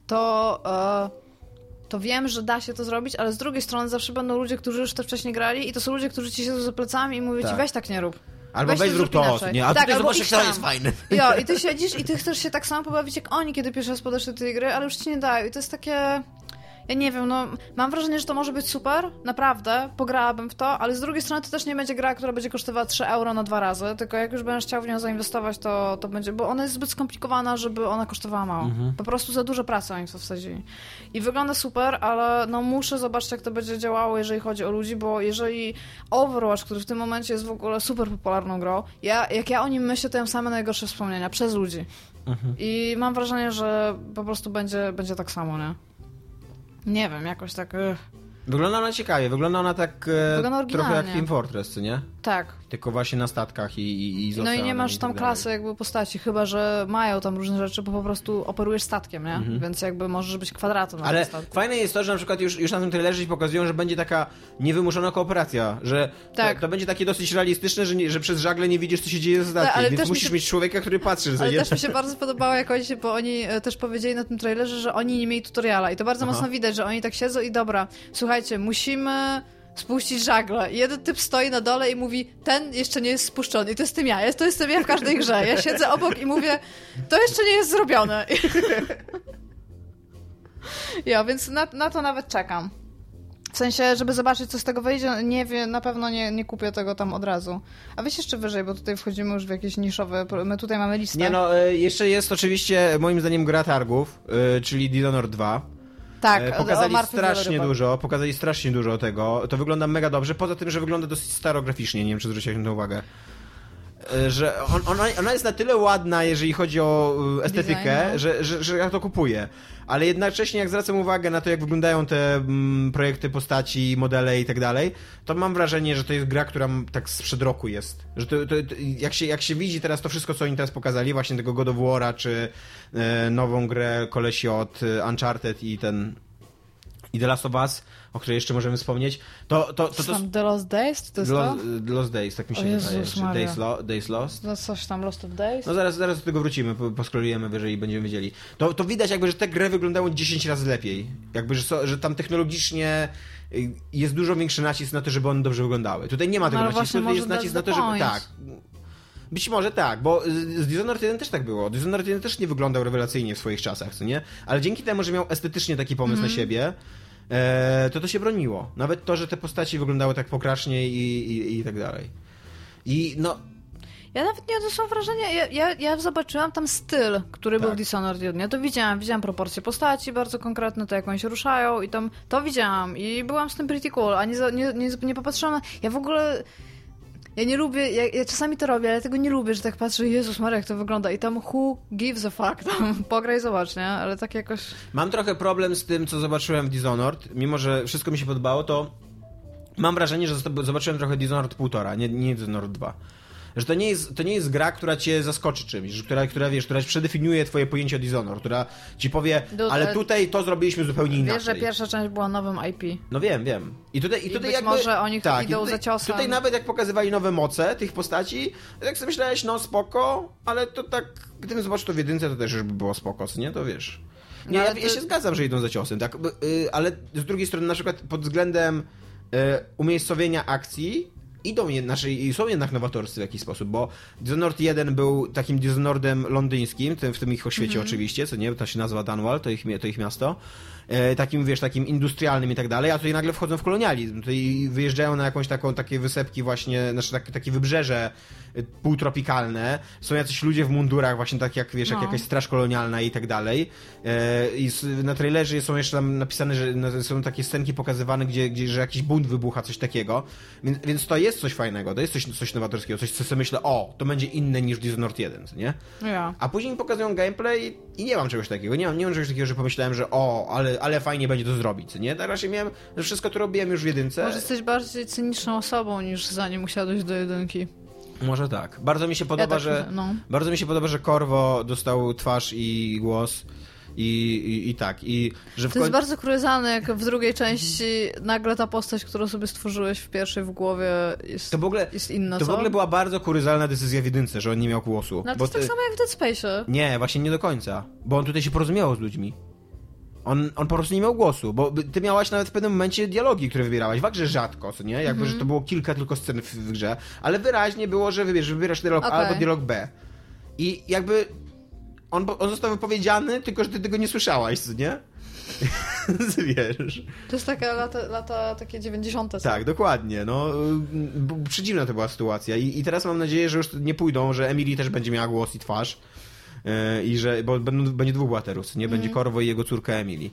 Speaker 1: to wiem, że da się to zrobić, ale z drugiej strony zawsze będą ludzie, którzy już to wcześniej grali i to są ludzie, którzy ci siedzą za plecami i mówią ci, weź tak nie rób.
Speaker 2: Albo weź zrób to, nie? A tak, ty zobacz, jak to jest fajne.
Speaker 1: Jo, i ty siedzisz i ty chcesz się tak samo pobawić jak oni, kiedy pierwszy raz podeszli do tej gry, ale już ci nie dają i to jest takie... Ja nie wiem, no mam wrażenie, że to może być super, naprawdę, pograłabym w to, ale z drugiej strony to też nie będzie gra, która będzie kosztowała 3 euro na 2 razy, tylko jak już będziesz chciał w nią zainwestować, to będzie, bo ona jest zbyt skomplikowana, żeby ona kosztowała mało. Po prostu za dużo pracy oni to wsadzili. I wygląda super, ale no muszę zobaczyć, jak to będzie działało, jeżeli chodzi o ludzi, bo jeżeli Overwatch, który w tym momencie jest w ogóle super popularną grą, jak ja o nim myślę, to mam same najgorsze wspomnienia przez ludzi. I mam wrażenie, że po prostu będzie tak samo, nie? Nie wiem, jakoś tak...
Speaker 2: Wygląda ona ciekawie, wygląda ona tak trochę jak Team Fortress, co nie?
Speaker 1: Tak.
Speaker 2: Tylko właśnie na statkach i z oceanem.
Speaker 1: No i nie masz tam klasy jakby postaci, chyba że mają tam różne rzeczy, bo po prostu operujesz statkiem, nie? Więc jakby możesz być kwadratem na
Speaker 2: ale
Speaker 1: statku.
Speaker 2: Fajne jest to, że na przykład już na tym trailerze pokazują, że będzie taka niewymuszona kooperacja, że to będzie takie dosyć realistyczne, że przez żagle nie widzisz, co się dzieje ze statkiem, więc musisz mieć człowieka, który patrzy.
Speaker 1: Ale też mi się bardzo podobało, jak bo oni też powiedzieli na tym trailerze, że oni nie mieli tutoriala i to bardzo mocno widać, że oni tak siedzą i dobra, słuchajcie, musimy spuścić żagle. I jeden typ stoi na dole i mówi, ten jeszcze nie jest spuszczony. I to jestem ja. To jestem ja w każdej grze. Ja siedzę obok i mówię, to jeszcze nie jest zrobione. Ja, więc na to nawet czekam. W sensie, żeby zobaczyć, co z tego wyjdzie, nie wiem, na pewno nie kupię tego tam od razu. A weź jeszcze wyżej, bo tutaj wchodzimy już w jakieś niszowe... My tutaj mamy listę.
Speaker 2: Nie no, jeszcze jest oczywiście, moim zdaniem, gra targów, czyli Dishonored 2.
Speaker 1: Tak,
Speaker 2: pokazali strasznie dużo tego. To wygląda mega dobrze, poza tym, że wygląda dosyć staro graficznie, nie wiem, czy zwróciłeś na to uwagę. Że ona jest na tyle ładna, jeżeli chodzi o estetykę, że ja to kupuję. Ale jednocześnie, jak zwracam uwagę na to, jak wyglądają te projekty postaci, modele i tak dalej, to mam wrażenie, że to jest gra, która tak sprzed roku jest. Że jak się widzi teraz to wszystko, co oni teraz pokazali, właśnie tego God of War'a, czy nową grę kolesi od Uncharted i The Last of Us, o której jeszcze możemy wspomnieć, to
Speaker 1: The Lost Days? To jest
Speaker 2: The Lost Days, tak mi się wydaje. Days Lost?
Speaker 1: No coś tam, Lost of Days?
Speaker 2: No zaraz do tego wrócimy, poskrolujemy wyżej i będziemy wiedzieli. To widać jakby, że te gry wyglądają 10 razy lepiej. Jakby, że tam technologicznie jest dużo większy nacisk na to, żeby one dobrze wyglądały. Tutaj nie ma tego nacisku, tutaj jest nacisk na to, żeby... Tak. Być może tak, bo z Dishonored 1 też tak było. Dishonored 1 też nie wyglądał rewelacyjnie w swoich czasach, co nie? Ale dzięki temu, że miał estetycznie taki pomysł na siebie, to się broniło. Nawet to, że te postaci wyglądały tak pokrasznie i tak dalej. I no...
Speaker 1: Ja nawet nie odniosłam wrażenia, ja zobaczyłam tam styl, który był w Dishonored 1. Ja to widziałam proporcje postaci bardzo konkretne, to jak oni się ruszają i tam to widziałam i byłam z tym pretty cool, a nie popatrzyłam. Ja w ogóle... Ja nie lubię, ja czasami to robię, ale tego nie lubię, że tak patrzę, Jezus Maria, jak to wygląda i tam who gives a fuck, tam pograj, zobacz, nie? Ale tak jakoś...
Speaker 2: Mam trochę problem z tym, co zobaczyłem w Dishonored, mimo że wszystko mi się podobało, to mam wrażenie, że zobaczyłem trochę Dishonored 1,5, nie Dishonored 2. Że to nie jest gra, która cię zaskoczy czymś, która przedefiniuje twoje pojęcie o Dishonored, która ci powie, ale tutaj to zrobiliśmy zupełnie inaczej.
Speaker 1: Wiesz, że pierwsza część była nowym IP.
Speaker 2: No wiem. I tutaj
Speaker 1: jakby,
Speaker 2: może
Speaker 1: oni idą za ciosem.
Speaker 2: Tutaj nawet jak pokazywali nowe moce tych postaci, tak sobie myślałeś, no spoko, ale to tak, gdybym zobaczył to w jedynce, to też już by było spoko, nie? To wiesz. Nie, ja się zgadzam, że idą za ciosem, tak? Ale z drugiej strony, na przykład pod względem umiejscowienia akcji, są jednak nowatorscy w jakiś sposób, bo Dishonored 1 był takim Dishonoredem londyńskim, w tym ich oświecie oczywiście, co nie, to się nazywa Dunwall, to ich miasto, takim, wiesz, takim industrialnym i tak dalej, a tutaj nagle wchodzą w kolonializm, tutaj wyjeżdżają na jakąś takie wysepki właśnie, znaczy takie wybrzeże półtropikalne, są jacyś ludzie w mundurach właśnie tak jak, wiesz, jak jakaś straż kolonialna i tak dalej. I na trailerze są jeszcze tam napisane, że są takie scenki pokazywane, że jakiś bunt wybucha, coś takiego, więc to jest coś fajnego, to jest coś nowatorskiego, coś, co sobie myślę, to będzie inne niż Dishonored 1, nie?
Speaker 1: Ja.
Speaker 2: A później mi pokazują gameplay i nie mam czegoś takiego, nie mam czegoś takiego, że pomyślałem, że ale fajnie będzie to zrobić, nie? Tak raczej miałem, że wszystko to robiłem już w jedynce.
Speaker 1: Może jesteś bardziej cyniczną osobą niż zanim usiadłeś do jedynki.
Speaker 2: Może tak. Bardzo mi się podoba, bardzo mi się podoba, że Corvo dostał twarz i głos. I tak.
Speaker 1: To jest bardzo kuriozalne, jak w drugiej części nagle ta postać, którą sobie stworzyłeś w pierwszej w głowie jest inna.
Speaker 2: To w ogóle była bardzo kuriozalna decyzja w jedynce, że on nie miał głosu.
Speaker 1: No to jest tak samo jak w Dead Space.
Speaker 2: Nie, właśnie nie do końca. Bo on tutaj się porozumiewał z ludźmi. On po prostu nie miał głosu, bo ty miałaś nawet w pewnym momencie dialogi, które wybierałaś. W grze rzadko, co nie? Jakby, że to było kilka tylko scen w grze, ale wyraźnie było, że wybierasz dialog A albo dialog B. I jakby on został wypowiedziany, tylko że ty tego nie słyszałaś, co nie? Wiesz.
Speaker 1: To jest taka lata takie 90. Co?
Speaker 2: Tak, dokładnie. No, przedziwna to była sytuacja. I teraz mam nadzieję, że już nie pójdą, że Emily też będzie miała głos i twarz. Bo będzie dwóch bohaterów, nie? Będzie Corvo i jego córka Emily.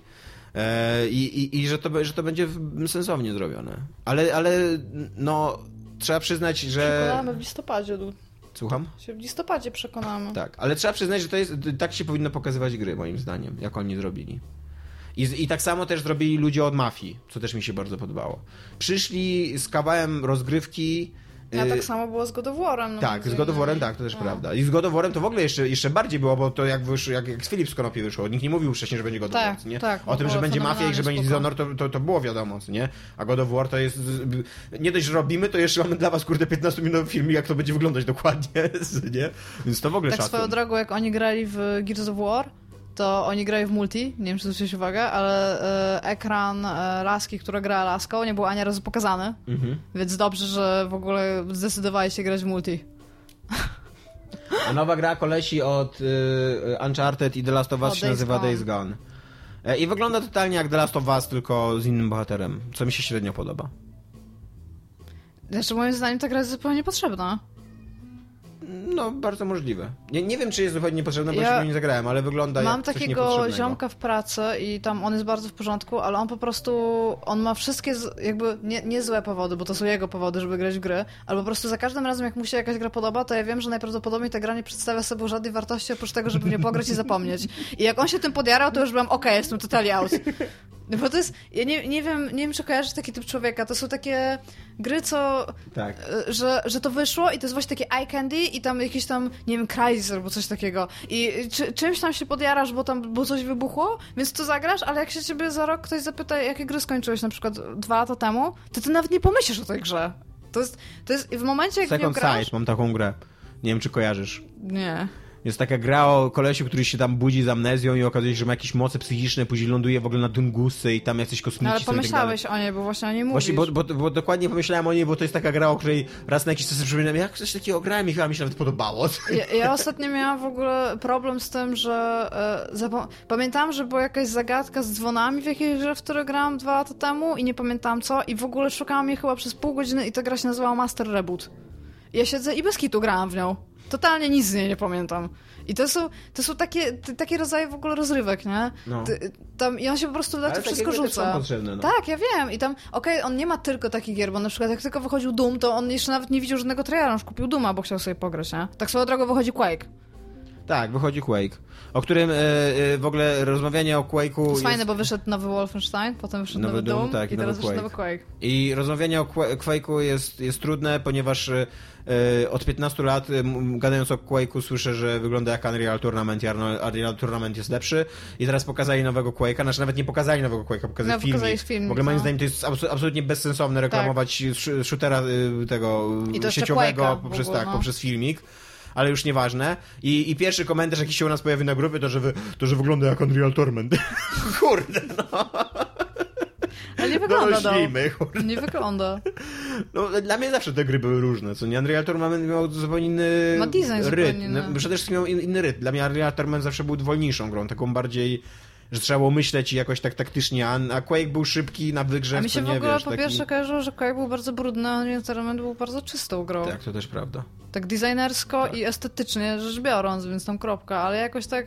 Speaker 2: I że to będzie sensownie zrobione. Ale no trzeba przyznać, że...
Speaker 1: Przekonamy w listopadzie.
Speaker 2: Słucham?
Speaker 1: Się w listopadzie przekonamy.
Speaker 2: Tak, ale trzeba przyznać, że tak się powinno pokazywać gry, moim zdaniem, jak oni zrobili. I tak samo też zrobili ludzie od Mafii, co też mi się bardzo podobało. Przyszli z kawałem rozgrywki.
Speaker 1: Ja tak samo było z God of War'em. No
Speaker 2: tak, z God of War'em, tak, to też prawda. I z God of War'em to w ogóle jeszcze bardziej było, bo to jak z Philip z Konopi wyszło. Nikt nie mówił wcześniej, że będzie God of War, nie?
Speaker 1: Tak,
Speaker 2: o tym, że będzie Mafia i że będzie Dishonored, to było wiadomo, nie? A God of War to jest... Nie dość, że robimy, to jeszcze mamy dla was, 15-minutowy film, jak to będzie wyglądać dokładnie, nie? Więc to w ogóle
Speaker 1: szacun. Tak swoją drogą, jak oni grali w Gears of War, to oni grają w multi, nie wiem, czy zwróciłeś uwagę, ale ekran laski, która gra laską, nie był ani razu pokazany, więc dobrze, że w ogóle zdecydowali się grać w multi.
Speaker 2: A nowa gra kolesi od Uncharted i The Last of Us się nazywa Days Gone. I wygląda totalnie jak The Last of Us, tylko z innym bohaterem, co mi się średnio podoba.
Speaker 1: Znaczy, moim zdaniem ta gra jest zupełnie niepotrzebna.
Speaker 2: No, bardzo możliwe. Nie wiem, czy jest zupełnie niepotrzebne, bo jeszcze nie zagrałem, ale wygląda jak coś niepotrzebnego.
Speaker 1: Mam takiego ziomka w pracy i tam on jest bardzo w porządku, ale on po prostu, on ma wszystkie jakby nie złe powody, bo to są jego powody, żeby grać w gry, ale po prostu za każdym razem, jak mu się jakaś gra podoba, to ja wiem, że najprawdopodobniej ta gra nie przedstawia sobie żadnej wartości, oprócz tego, żeby w nie pograć i zapomnieć. I jak on się tym podjarał, to już byłam jestem totally out. Bo to jest, ja nie wiem, czy kojarzysz taki typ człowieka. To są takie gry, co... Tak. Że to wyszło i to jest właśnie takie eye candy i tam jakiś tam, nie wiem, Crysis albo coś takiego. I czymś tam się podjarasz, bo coś wybuchło, więc to zagrasz, ale jak się ciebie za rok ktoś zapyta, jakie gry skończyłeś na przykład 2 lata temu, to ty nawet nie pomyślisz o tej grze. To jest w momencie, jak
Speaker 2: Second
Speaker 1: w nią grasz...
Speaker 2: Sight, mam taką grę. Nie wiem, czy kojarzysz.
Speaker 1: Nie.
Speaker 2: Jest taka gra o kolesiu, który się tam budzi z amnezją i okazuje się, że ma jakieś moce psychiczne, później ląduje w ogóle na Dungusy i tam jacyś kosmici.
Speaker 1: No, ale pomyślałeś o niej, bo właśnie o niej mówisz.
Speaker 2: Właśnie, bo dokładnie pomyślałem o niej, bo to jest taka gra, o której raz na jakiś czas sobie przypominam, jak coś takiego grałem i chyba mi się nawet podobało.
Speaker 1: Ja ostatnio miałam w ogóle problem z tym, że pamiętałam, że była jakaś zagadka z dzwonami w jakiejś grze, w której grałam 2 lata temu i nie pamiętam co i w ogóle szukałam jej chyba przez pół godziny i ta gra się nazywała Master Reboot. Ja siedzę i bez kitu grałam w nią. Totalnie nic z niej nie pamiętam. I to są takie rodzaje w ogóle rozrywek, nie? No. I on się po prostu na to wszystko rzuca.
Speaker 2: Potrzebne, no.
Speaker 1: Tak, ja wiem. I tam, on nie ma tylko takich gier, bo na przykład jak tylko wychodził Doom, to on jeszcze nawet nie widział żadnego trailera, on już kupił Dooma, bo chciał sobie pograć, nie? Tak swoją drogą wychodzi Quake.
Speaker 2: Tak, wychodzi Quake, o którym w ogóle rozmawianie o Quake'u
Speaker 1: to jest fajne, bo wyszedł nowy Wolfenstein, potem wyszedł nowy Doom
Speaker 2: tak,
Speaker 1: i teraz wyszedł nowy Quake.
Speaker 2: I rozmawianie o Quake'u jest trudne, ponieważ od 15 lat gadając o Quake'u słyszę, że wygląda jak Unreal Tournament i Unreal Tournament jest lepszy i teraz pokazali nowego Quake'a, znaczy nawet nie pokazali nowego Quake'a, pokazali filmik. W ogóle moim zdaniem to jest absolutnie bezsensowne reklamować shootera tego sieciowego poprzez filmik. Ale już nieważne. I pierwszy komentarz, jaki się u nas pojawi na grupie, to że wygląda jak Unreal Tournament. Kurde, no.
Speaker 1: Ale nie wygląda, nie wygląda.
Speaker 2: No, dla mnie zawsze te gry były różne, co nie? Unreal Tournament miał zupełnie inny rytm. No, przede wszystkim miał inny rytm. Dla mnie Unreal Tournament zawsze był wolniejszą grą, taką bardziej, że trzeba było myśleć jakoś tak taktycznie, a Quake był szybki na wygrzewce.
Speaker 1: A mi się w ogóle po pierwsze kojarzyło, że Quake był bardzo brudny, a Unreal Tournament był bardzo czystą grą.
Speaker 2: Tak, to też prawda.
Speaker 1: Tak designersko i estetycznie rzecz biorąc, więc tam kropka, ale jakoś tak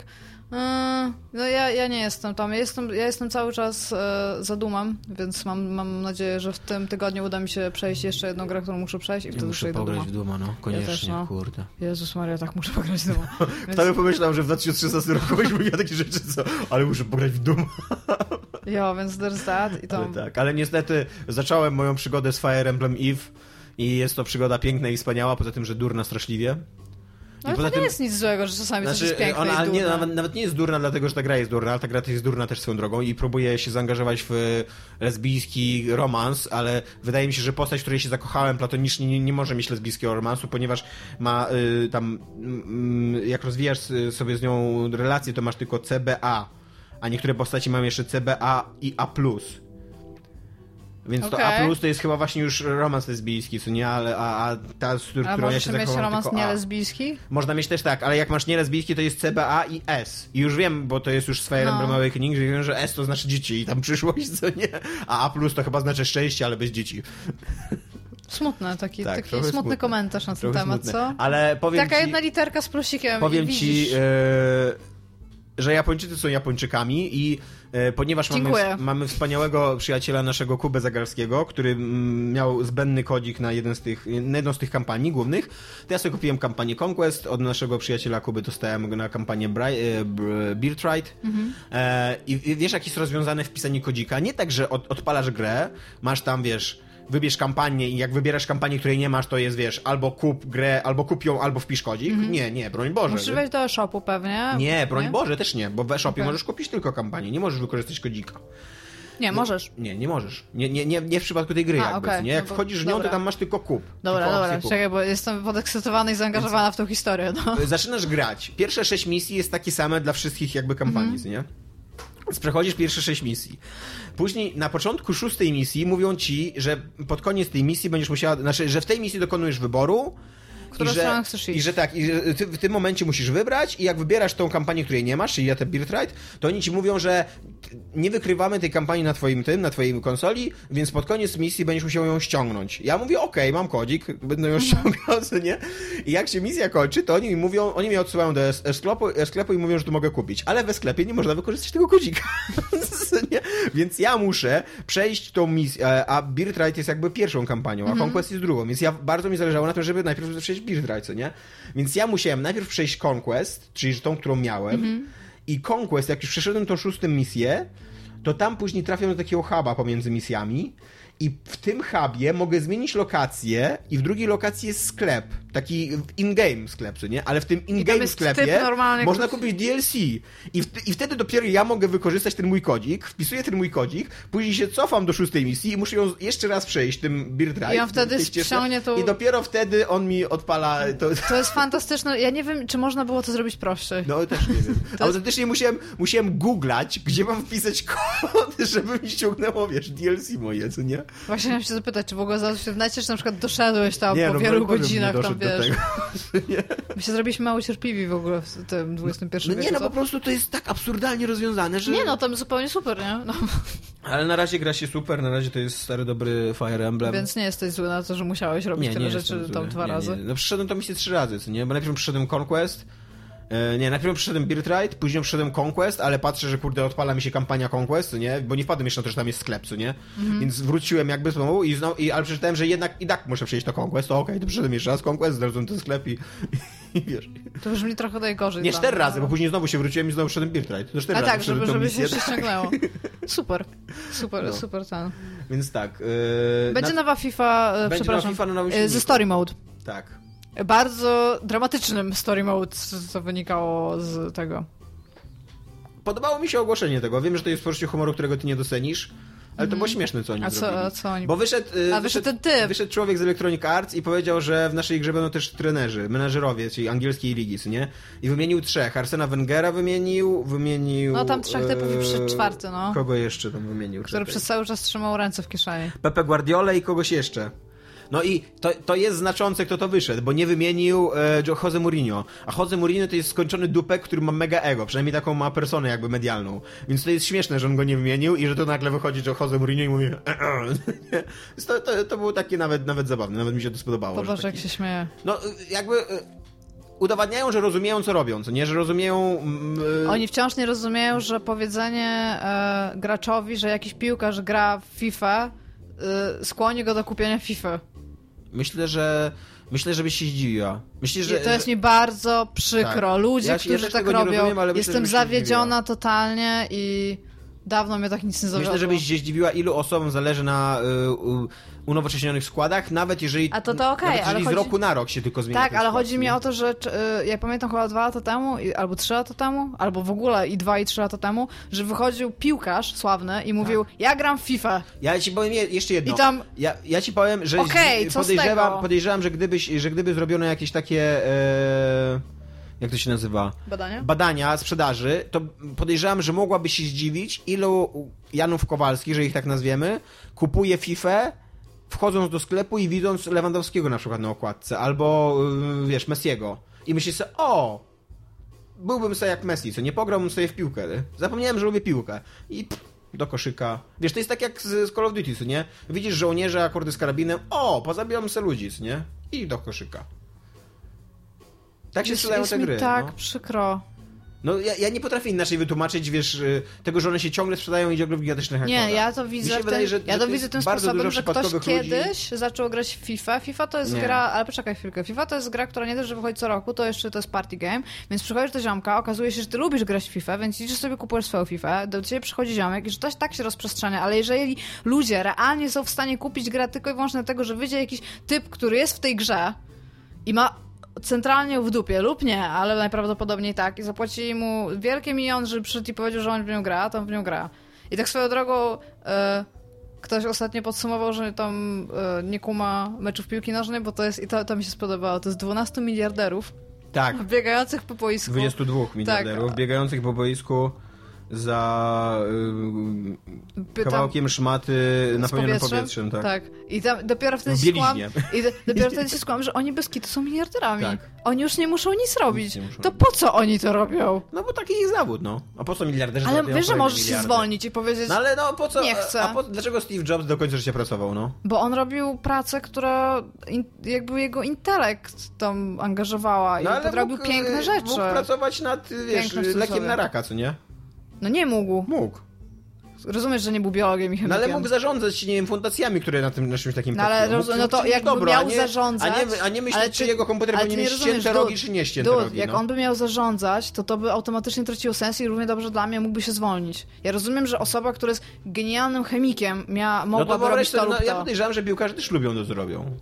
Speaker 1: no ja nie jestem tam. Ja jestem cały czas za Doomem, więc mam nadzieję, że w tym tygodniu uda mi się przejść jeszcze jedną grę, którą muszę przejść i wtedy
Speaker 2: muszę pograć w Dooma, no koniecznie, ja też, no. Kurde.
Speaker 1: Jezus Maria, tak muszę pograć w Dooma.
Speaker 2: Kto by pomyślał, że w 2016 roku byśmy mieli takie rzeczy, ale muszę pograć w Dooma.
Speaker 1: Jo, więc there's that i to.
Speaker 2: Ale niestety zacząłem moją przygodę z Fire Emblem Eve i jest to przygoda piękna i wspaniała, poza tym, że durna straszliwie.
Speaker 1: Ale to nie jest nic złego, że czasami coś jest piękne i durna.
Speaker 2: Nawet nie jest durna, dlatego że ta gra jest durna, ale ta gra jest durna też swoją drogą i próbuje się zaangażować w lesbijski romans, ale wydaje mi się, że postać, w której się zakochałem platonicznie nie może mieć lesbijskiego romansu, ponieważ ma jak rozwijasz sobie z nią relację, to masz tylko CBA, a niektóre postaci mają jeszcze CBA i A+. Więc to A+, to jest chyba właśnie już romans lesbijski, co nie? A ta, z którą ja się zakochałem,
Speaker 1: mieć romans nielesbijski?
Speaker 2: Można mieć też tak, ale jak masz nielesbijski, to jest CBA i S. I już wiem, bo to jest już z Fire Emblem Awakening, że wiem, że S to znaczy dzieci i tam przyszłość, co nie? A A+ to chyba znaczy szczęście, ale bez dzieci.
Speaker 1: Smutne, taki smutny komentarz na ten temat, co?
Speaker 2: Ale powiem
Speaker 1: taka jedna literka z plusikiem.
Speaker 2: Powiem ci, że Japończycy są Japończykami i ponieważ mamy wspaniałego przyjaciela naszego Kubę Zagalskiego, który miał zbędny kodzik na jedną z tych kampanii głównych, to ja sobie kupiłem kampanię Conquest, od naszego przyjaciela Kuby dostałem na kampanię Birthright. I wiesz, jak jest rozwiązane wpisanie kodzika? Nie tak, że odpalasz grę, masz tam, wiesz, wybierz kampanię i jak wybierasz kampanię, której nie masz, to jest, wiesz, albo kup grę, albo kup ją, albo wpisz kodzik. Nie, broń Boże.
Speaker 1: Musisz wejść do e-shopu pewnie.
Speaker 2: Nie, broń Boże, też nie, bo w e-shopie możesz kupić tylko kampanię, nie możesz wykorzystać kodzika.
Speaker 1: Nie, możesz.
Speaker 2: Nie możesz. Nie w przypadku tej gry jakby, nie? Jak wchodzisz w nią, to tam masz tylko kup.
Speaker 1: Dobra, czekaj, bo jestem podekscytowana i zaangażowana w tą historię. No.
Speaker 2: Zaczynasz grać. Pierwsze 6 misji jest takie same dla wszystkich jakby kampanii, nie? Przechodzisz pierwsze 6 misji. Później na początku 6 misji mówią ci, że pod koniec tej misji będziesz musiała, znaczy, że w tej misji dokonujesz wyboru i że tak, i ty w tym momencie musisz wybrać i jak wybierasz tą kampanię, której nie masz, czyli te Birthright, to oni ci mówią, że nie wykrywamy tej kampanii na twojej konsoli, więc pod koniec misji będziesz musiał ją ściągnąć. Ja mówię, okej, mam kodzik, będę ją ściągał, co nie? I jak się misja kończy, to oni mi mówią, oni mnie odsyłają do sklepu i mówią, że to mogę kupić, ale we sklepie nie można wykorzystać tego kodzika. Nie? Więc ja muszę przejść tą misję, a Birthright jest jakby pierwszą kampanią, a Conquest jest drugą, więc bardzo mi zależało na tym, żeby najpierw przejść Birthright, co nie? Więc ja musiałem najpierw przejść Conquest, czyli tą, którą miałem, i Conquest, jak już przeszedłem tą 6. misję, to tam później trafiam do takiego huba pomiędzy misjami i w tym hubie mogę zmienić lokację i w drugiej lokacji jest sklep. taki in-game sklep, co nie? Ale w tym in-game sklepie można kupić DLC. I wtedy dopiero ja mogę wykorzystać ten mój kodzik, wpisuję ten mój kodzik, później się cofam do 6. misji i muszę ją jeszcze raz przejść tym Beard Ride.
Speaker 1: I on wtedy ściągnie to...
Speaker 2: I dopiero wtedy on mi odpala...
Speaker 1: To jest fantastyczne. Ja nie wiem, czy można było to zrobić prościej.
Speaker 2: No, też nie wiem. Autentycznie musiałem googlać, gdzie mam wpisać kod, żeby mi ściągnęło, wiesz, DLC moje, co nie?
Speaker 1: Właśnie chciałem się zapytać, czy w ogóle znajdziesz, czy na przykład doszedłeś tam po wielu godzinach tam, wiesz. My się zrobiliśmy mało cierpliwi w ogóle w tym XXI wieku.
Speaker 2: Nie, no po prostu to jest tak absurdalnie rozwiązane, że...
Speaker 1: Nie, no to zupełnie super, nie? No.
Speaker 2: Ale na razie gra się super, na razie to jest stary, dobry Fire Emblem.
Speaker 1: Więc nie jesteś zły na to, że musiałeś robić tyle rzeczy tam 2 razy.
Speaker 2: No przyszedłem tam misję 3 razy, co nie? Bo najpierw przyszedłem Conquest, najpierw przyszedłem Beard Ride, później przyszedłem Conquest, ale patrzę, że kurde, odpala mi się kampania Conquest, co nie? Bo nie wpadłem jeszcze na to, że tam jest sklep, co nie? Więc wróciłem jakby znowu ale przeczytałem, że jednak i tak muszę przejść to Conquest, to okej, to przyszedłem jeszcze raz Conquest, znalazłem ten sklep i wiesz.
Speaker 1: To już mi trochę najgorzej.
Speaker 2: Nie, 4 razy, bo później znowu się wróciłem i znowu przyszedłem Beard Ride. To 4 razy
Speaker 1: tak, żeby się ściągnęło. Super ten.
Speaker 2: Więc tak.
Speaker 1: Będzie nowa FIFA, przepraszam, ze Story Mode.
Speaker 2: Tak.
Speaker 1: Bardzo dramatycznym story mode, co wynikało z tego.
Speaker 2: Podobało mi się ogłoszenie tego. Wiem, że to jest poczucie humoru, którego ty nie docenisz, ale to było śmieszne, co oni zrobili.
Speaker 1: Co oni...
Speaker 2: Bo wyszedł człowiek z Electronic Arts i powiedział, że w naszej grze będą też trenerzy, menażerowie, czyli angielskiej ligi, nie? I wymienił 3. Arsena Wengera wymienił...
Speaker 1: No tam 3 typów i przyszedł 4, no.
Speaker 2: Kogo jeszcze tam wymienił?
Speaker 1: Który przez cały czas trzymał ręce w kieszeni.
Speaker 2: Pepe Guardiola i kogoś jeszcze. No i to jest znaczące, kto to wyszedł, bo nie wymienił Jose Mourinho. A Jose Mourinho to jest skończony dupek, który ma mega ego, przynajmniej taką ma personę jakby medialną. Więc to jest śmieszne, że on go nie wymienił i że to nagle wychodzi Jose Mourinho i mówi to było takie nawet zabawne, nawet mi się to spodobało.
Speaker 1: Popatrz, jak się śmieje.
Speaker 2: No jakby... udowadniają, że rozumieją, co robią, co nie? Że rozumieją...
Speaker 1: Oni wciąż nie rozumieją, że powiedzenie graczowi, że jakiś piłkarz gra w FIFA skłoni go do kupienia FIFA.
Speaker 2: Myślę, że byś się zdziwiła.
Speaker 1: To jest mi bardzo przykro. Tak. Ludzie, którzy tak robią, jestem zawiedziona totalnie i dawno mnie tak nic nie zawiodło.
Speaker 2: Myślę, żebyś się zdziwiła, ilu osobom zależy na unowocześnionych składach, nawet jeżeli, z roku na rok się tylko zmienia.
Speaker 1: Tak, ale chodzi mi o to, że ja pamiętam chyba 2 lata temu, albo 3 lata temu, albo w ogóle i 2 i 3 lata temu, że wychodził piłkarz sławny i mówił, ja gram w FIFA.
Speaker 2: Ja ci powiem jeszcze jedno.
Speaker 1: I tam...
Speaker 2: Ja ci powiem, że podejrzewam, że gdyby zrobiono jakieś takie... jak to się nazywa? Badania sprzedaży, to podejrzewam, że mogłaby się zdziwić, ilu Janów Kowalskich, że ich tak nazwiemy, kupuje FIFA, wchodząc do sklepu i widząc Lewandowskiego na przykład na okładce, albo wiesz, Messiego. I myśli sobie, byłbym sobie jak Messi, co nie pograłbym sobie w piłkę. Zapomniałem, że lubię piłkę. I do koszyka. Wiesz, to jest tak jak z Call of Duty, co nie? Widzisz żołnierza, akordy z karabinem, pozabijam sobie ludzi, co nie? I do koszyka. Tak się strzelają te gry.
Speaker 1: Tak, przykro.
Speaker 2: No ja nie potrafię inaczej wytłumaczyć, wiesz, tego, że one się ciągle sprzedają i ciągle w gigantycznych ekranach.
Speaker 1: Nie, ja to widzę tym sposobem, że ktoś kiedyś zaczął grać w FIFA. FIFA to jest gra, ale poczekaj chwilkę. FIFA to jest gra, która nie dość, że wychodzi co roku, to jeszcze to jest party game, więc przychodzisz do ziomka, okazuje się, że ty lubisz grać w FIFA, więc idziesz sobie, kupujesz swoją FIFA, do ciebie przychodzi ziomek i że to tak się rozprzestrzenia, ale jeżeli ludzie realnie są w stanie kupić grę tylko i wyłącznie dlatego, że wyjdzie jakiś typ, który jest w tej grze i ma centralnie w dupie, lub nie, ale najprawdopodobniej tak, i zapłacili mu wielkie miliony, żeby przyszedł i powiedział, że on w nią gra, to on w nią gra. I tak swoją drogą ktoś ostatnio podsumował, że tam nie kuma meczów piłki nożnej, bo to jest, i to mi się spodobało, to jest 12 miliarderów biegających po boisku.
Speaker 2: 22 miliarderów biegających po boisku za kawałkiem szmaty napełnionym powietrzem. Tak.
Speaker 1: I tam dopiero wtedy się skłam, że oni bez kitu są miliarderami. Tak. Oni już nie muszą nic robić. To po co oni to robią?
Speaker 2: No bo taki jest zawód, no. A po co miliarderzy
Speaker 1: ale wiesz, że możesz się zwolnić i powiedzieć,
Speaker 2: no ale po co?
Speaker 1: Nie chcę.
Speaker 2: Dlaczego Steve Jobs do końca życia pracował, no?
Speaker 1: Bo on robił pracę, która jakby jego intelekt tam angażowała i robił piękne rzeczy.
Speaker 2: Mógł pracować nad, lekiem na raka, co nie?
Speaker 1: No nie mógł.
Speaker 2: Mógł.
Speaker 1: Rozumiesz, że nie był biologiem i chemikiem.
Speaker 2: No ale mógł zarządzać, nie wiem, fundacjami, które na tym czymś takim
Speaker 1: pracują. No to jakby miał zarządzać...
Speaker 2: A nie myśleć, czy jego komputer powinien mieć ścięte rogi, czy nie ścięte rogi.
Speaker 1: Jak on by miał zarządzać, to by automatycznie traciło sens i równie dobrze dla mnie mógłby się zwolnić. Ja rozumiem, że osoba, która jest genialnym chemikiem, mogłaby robić to lub to.
Speaker 2: Ja podejrzewam, że piłkarze też lubią to, co robią.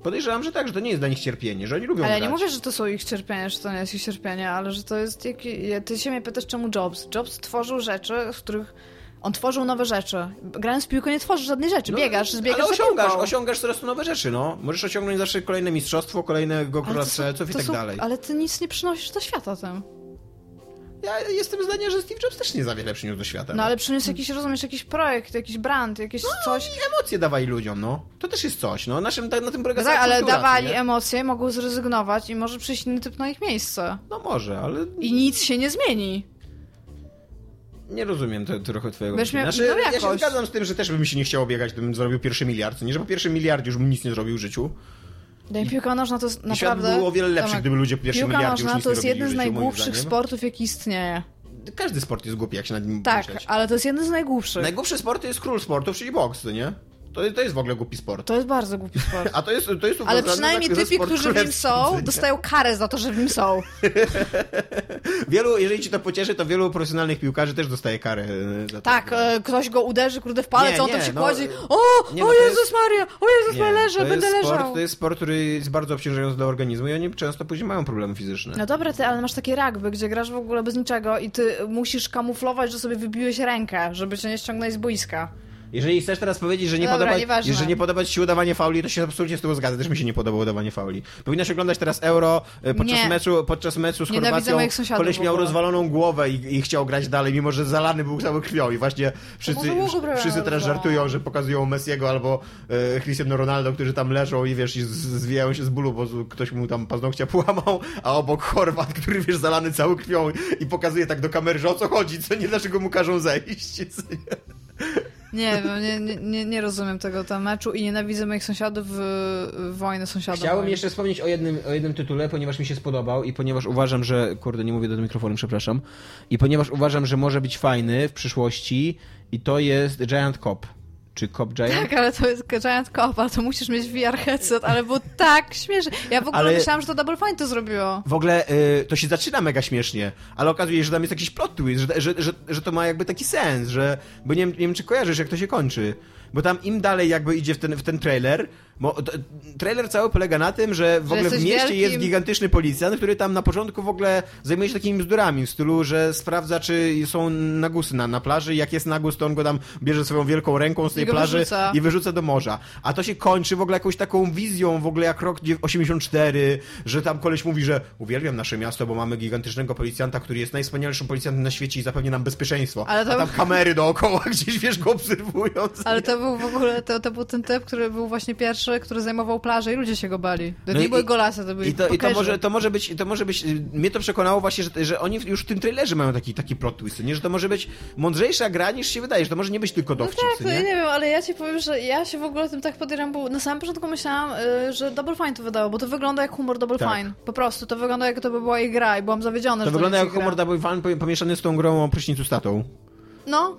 Speaker 2: Podejrzewam, że tak, że to nie jest dla nich cierpienie, że oni lubią
Speaker 1: Ale
Speaker 2: grać.
Speaker 1: ja nie mówię, że to są ich cierpienie, że to nie jest ich cierpienie, ale że to jest... Ty się mnie pytasz, czemu Jobs? Jobs tworzył rzeczy, w których... On tworzył nowe rzeczy. Grając w piłkę nie tworzysz żadnej rzeczy. Biegasz, zbiegasz
Speaker 2: ale osiągasz coraz to nowe rzeczy, no. Możesz osiągnąć zawsze kolejne mistrzostwo, kolejnego króla strzelców i tak dalej.
Speaker 1: Ale ty nic nie przynosisz do świata tym.
Speaker 2: Ja jestem zdania, że Steve Jobs też nie za wiele przyniósł do świata.
Speaker 1: No ale przyniósł jakiś, rozumiesz, jakiś projekt, jakiś brand, jakieś coś.
Speaker 2: I emocje dawali ludziom, no. To też jest coś, no. Na tym polega
Speaker 1: tak, ale dawali emocje, mogą zrezygnować i może przyjść inny typ na ich miejsce.
Speaker 2: No może, ale...
Speaker 1: I nic się nie zmieni.
Speaker 2: Nie rozumiem trochę twojego myślenia. Ja się zgadzam z tym, że też bym się nie chciało biegać, gdybym zrobił pierwszy miliard. Nie, że po pierwszym miliardzie już bym nic nie zrobił w życiu.
Speaker 1: Piłka nożna to jest naprawdę...
Speaker 2: Świat by był o wiele lepszy, gdyby ludzie po pierwszym miliardzie już nic nie robili.
Speaker 1: To jest jeden z najgłupszych sportów, jaki istnieje.
Speaker 2: Każdy sport jest głupi, jak się nad nim
Speaker 1: myśleć.
Speaker 2: Tak,
Speaker 1: ale to jest jeden z najgłupszych.
Speaker 2: Najgłupszy sport to jest król sportów, czyli boks, nie? To jest w ogóle głupi sport.
Speaker 1: To jest bardzo głupi sport.
Speaker 2: A to jest
Speaker 1: ale przynajmniej typi, którzy w nim są, dostają karę za to, że w nim są.
Speaker 2: Jeżeli ci to pocieszy, to wielu profesjonalnych piłkarzy też dostaje karę za to.
Speaker 1: Tak, ktoś go uderzy, w palec, on tam się kładzi. O Jezus Maria, będę leżał.
Speaker 2: To jest sport, który jest bardzo obciążający dla organizmu i oni często później mają problemy fizyczne.
Speaker 1: No dobra, ale masz takie rugby, gdzie grasz w ogóle bez niczego i ty musisz kamuflować, że sobie wybiłeś rękę, żeby cię nie ściągnąć z boiska.
Speaker 2: Jeżeli chcesz teraz powiedzieć, że nie podoba ci się udawanie fauli, to się absolutnie z tego zgadzam. Też mi się nie podobało udawanie fauli. Powinnaś oglądać teraz Euro podczas meczu z Chorwacją. Koleś miał rozwaloną głowę i chciał grać dalej, mimo że zalany był cały krwią. I właśnie wszyscy teraz żartują, że pokazują Messiego albo Cristiano Ronaldo, którzy tam leżą i wiesz, i zwijają się z bólu, bo ktoś mu tam paznokcia połamał, a obok Chorwat, który wiesz, zalany cały krwią i pokazuje tak do kamery, że o co chodzi, co nie, dlaczego mu każą zejść.
Speaker 1: Nie rozumiem tego meczu i nienawidzę moich sąsiadów wojny sąsiadów.
Speaker 2: Chciałem jeszcze wspomnieć o jednym tytule, ponieważ mi się spodobał i ponieważ uważam, że... Kurde, nie mówię do mikrofonu, przepraszam. I ponieważ uważam, że może być fajny w przyszłości i to jest Giant Cop. Czy Cop Giant?
Speaker 1: Tak, ale to jest Giant Cop, ale to musisz mieć VR headset, ale było tak śmieszne. Ja w ogóle myślałam, że to Double Fine to zrobiło.
Speaker 2: W ogóle to się zaczyna mega śmiesznie, ale okazuje się, że tam jest jakiś plot twist, że to ma jakby taki sens, bo nie wiem, czy kojarzysz, jak to się kończy. Bo tam im dalej jakby idzie w ten trailer, bo trailer cały polega na tym, że w ogóle w mieście jest gigantyczny policjant, który tam na początku w ogóle zajmuje się takimi bzdurami w stylu, że sprawdza, czy są nagusy na plaży i jak jest nagus, to on go tam bierze swoją wielką ręką z tej plaży i wyrzuca do morza. A to się kończy w ogóle jakąś taką wizją, w ogóle jak rok 84, że tam koleś mówi, że uwielbiam nasze miasto, bo mamy gigantycznego policjanta, który jest najwspanialszym policjantem na świecie i zapewni nam bezpieczeństwo. A tam kamery dookoła gdzieś, wiesz, go obserwują.
Speaker 1: Ale to był w ogóle, to był ten typ, który był właśnie pierwszy, który zajmował plażę i ludzie się go bali. To nie były golasy, to byli
Speaker 2: to może być, mnie to przekonało właśnie, że oni już w tym trailerze mają taki plot twist, nie? Że to może być mądrzejsza gra niż się wydaje, że to może nie być tylko dowcip,
Speaker 1: no tak, nie wiem, ale ja ci powiem, że ja się w ogóle tym tak podieram, bo na samym początku myślałam, że Double Fine to wydało, bo to wygląda jak humor Double Fine. Po prostu, to wygląda jak to by była ich gra i byłam zawiedziona,
Speaker 2: że to wygląda jak humor Double Fine pomieszany z tą grą o prysznicu z tatą.
Speaker 1: No.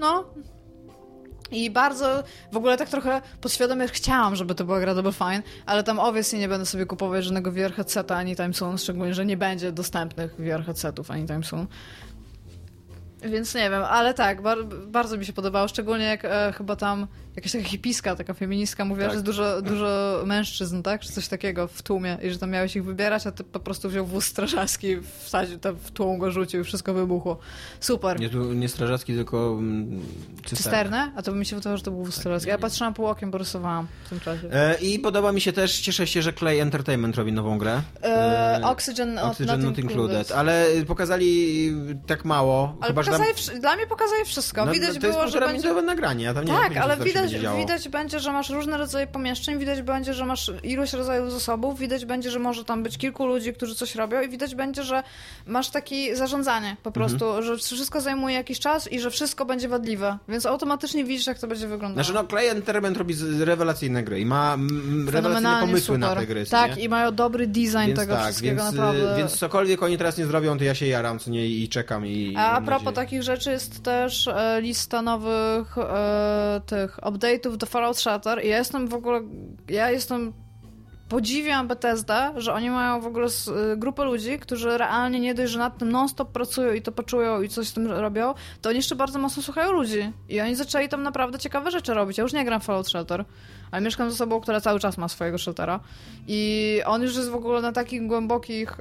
Speaker 1: I bardzo, w ogóle tak trochę podświadomie chciałam, żeby to była gra Double Fine, ale tam obviously nie będę sobie kupować żadnego VR headseta anytime soon, szczególnie, że nie będzie dostępnych VR headsetów anytime soon. Więc nie wiem, ale tak, bardzo mi się podobało, szczególnie jak chyba tam jakaś taka hipiska, taka feministka mówiła, że jest dużo mężczyzn, tak? Czy coś takiego w tłumie i że tam miałeś ich wybierać, a ty po prostu wziął wóz strażacki, wsadził tam w tłum, go rzucił i wszystko wybuchło. Super.
Speaker 2: Nie strażacki, tylko
Speaker 1: cysternę? A to by mi się wydawało, że to był wóz strażacki. Ja patrzyłam pół okiem, bo rysowałam w tym czasie.
Speaker 2: I podoba mi się też, cieszę się, że Clay Entertainment robi nową grę.
Speaker 1: Oxygen Not Included.
Speaker 2: Ale pokazali tak mało.
Speaker 1: Ale dla mnie pokazali wszystko. Widać
Speaker 2: to jest
Speaker 1: było, że będzie
Speaker 2: nagranie. Ja tam nie
Speaker 1: tak, ale widać będzie, że masz różne rodzaje pomieszczeń, widać będzie, że masz ilość rodzajów zasobów, widać będzie, że może tam być kilku ludzi, którzy coś robią i widać będzie, że masz takie zarządzanie po prostu, że wszystko zajmuje jakiś czas i że wszystko będzie wadliwe, więc automatycznie widzisz, jak to będzie wyglądało.
Speaker 2: Znaczy Clay Entertainment robi rewelacyjne gry i ma rewelacyjne pomysły na te gry.
Speaker 1: Tak, i mają dobry design tego wszystkiego, naprawdę.
Speaker 2: Więc cokolwiek oni teraz nie zrobią, to ja się jaram, co nie, i czekam.
Speaker 1: A propos takich rzeczy jest też lista nowych tych update'ów do Fallout Shelter i ja jestem podziwiam Bethesda, że oni mają w ogóle grupę ludzi, którzy realnie nie dość, że nad tym non-stop pracują i to poczują i coś z tym robią, to oni jeszcze bardzo mocno słuchają ludzi. I oni zaczęli tam naprawdę ciekawe rzeczy robić. Ja już nie gram w Fallout Shelter, ale mieszkam z osobą, która cały czas ma swojego sheltera. I on już jest w ogóle na takich głębokich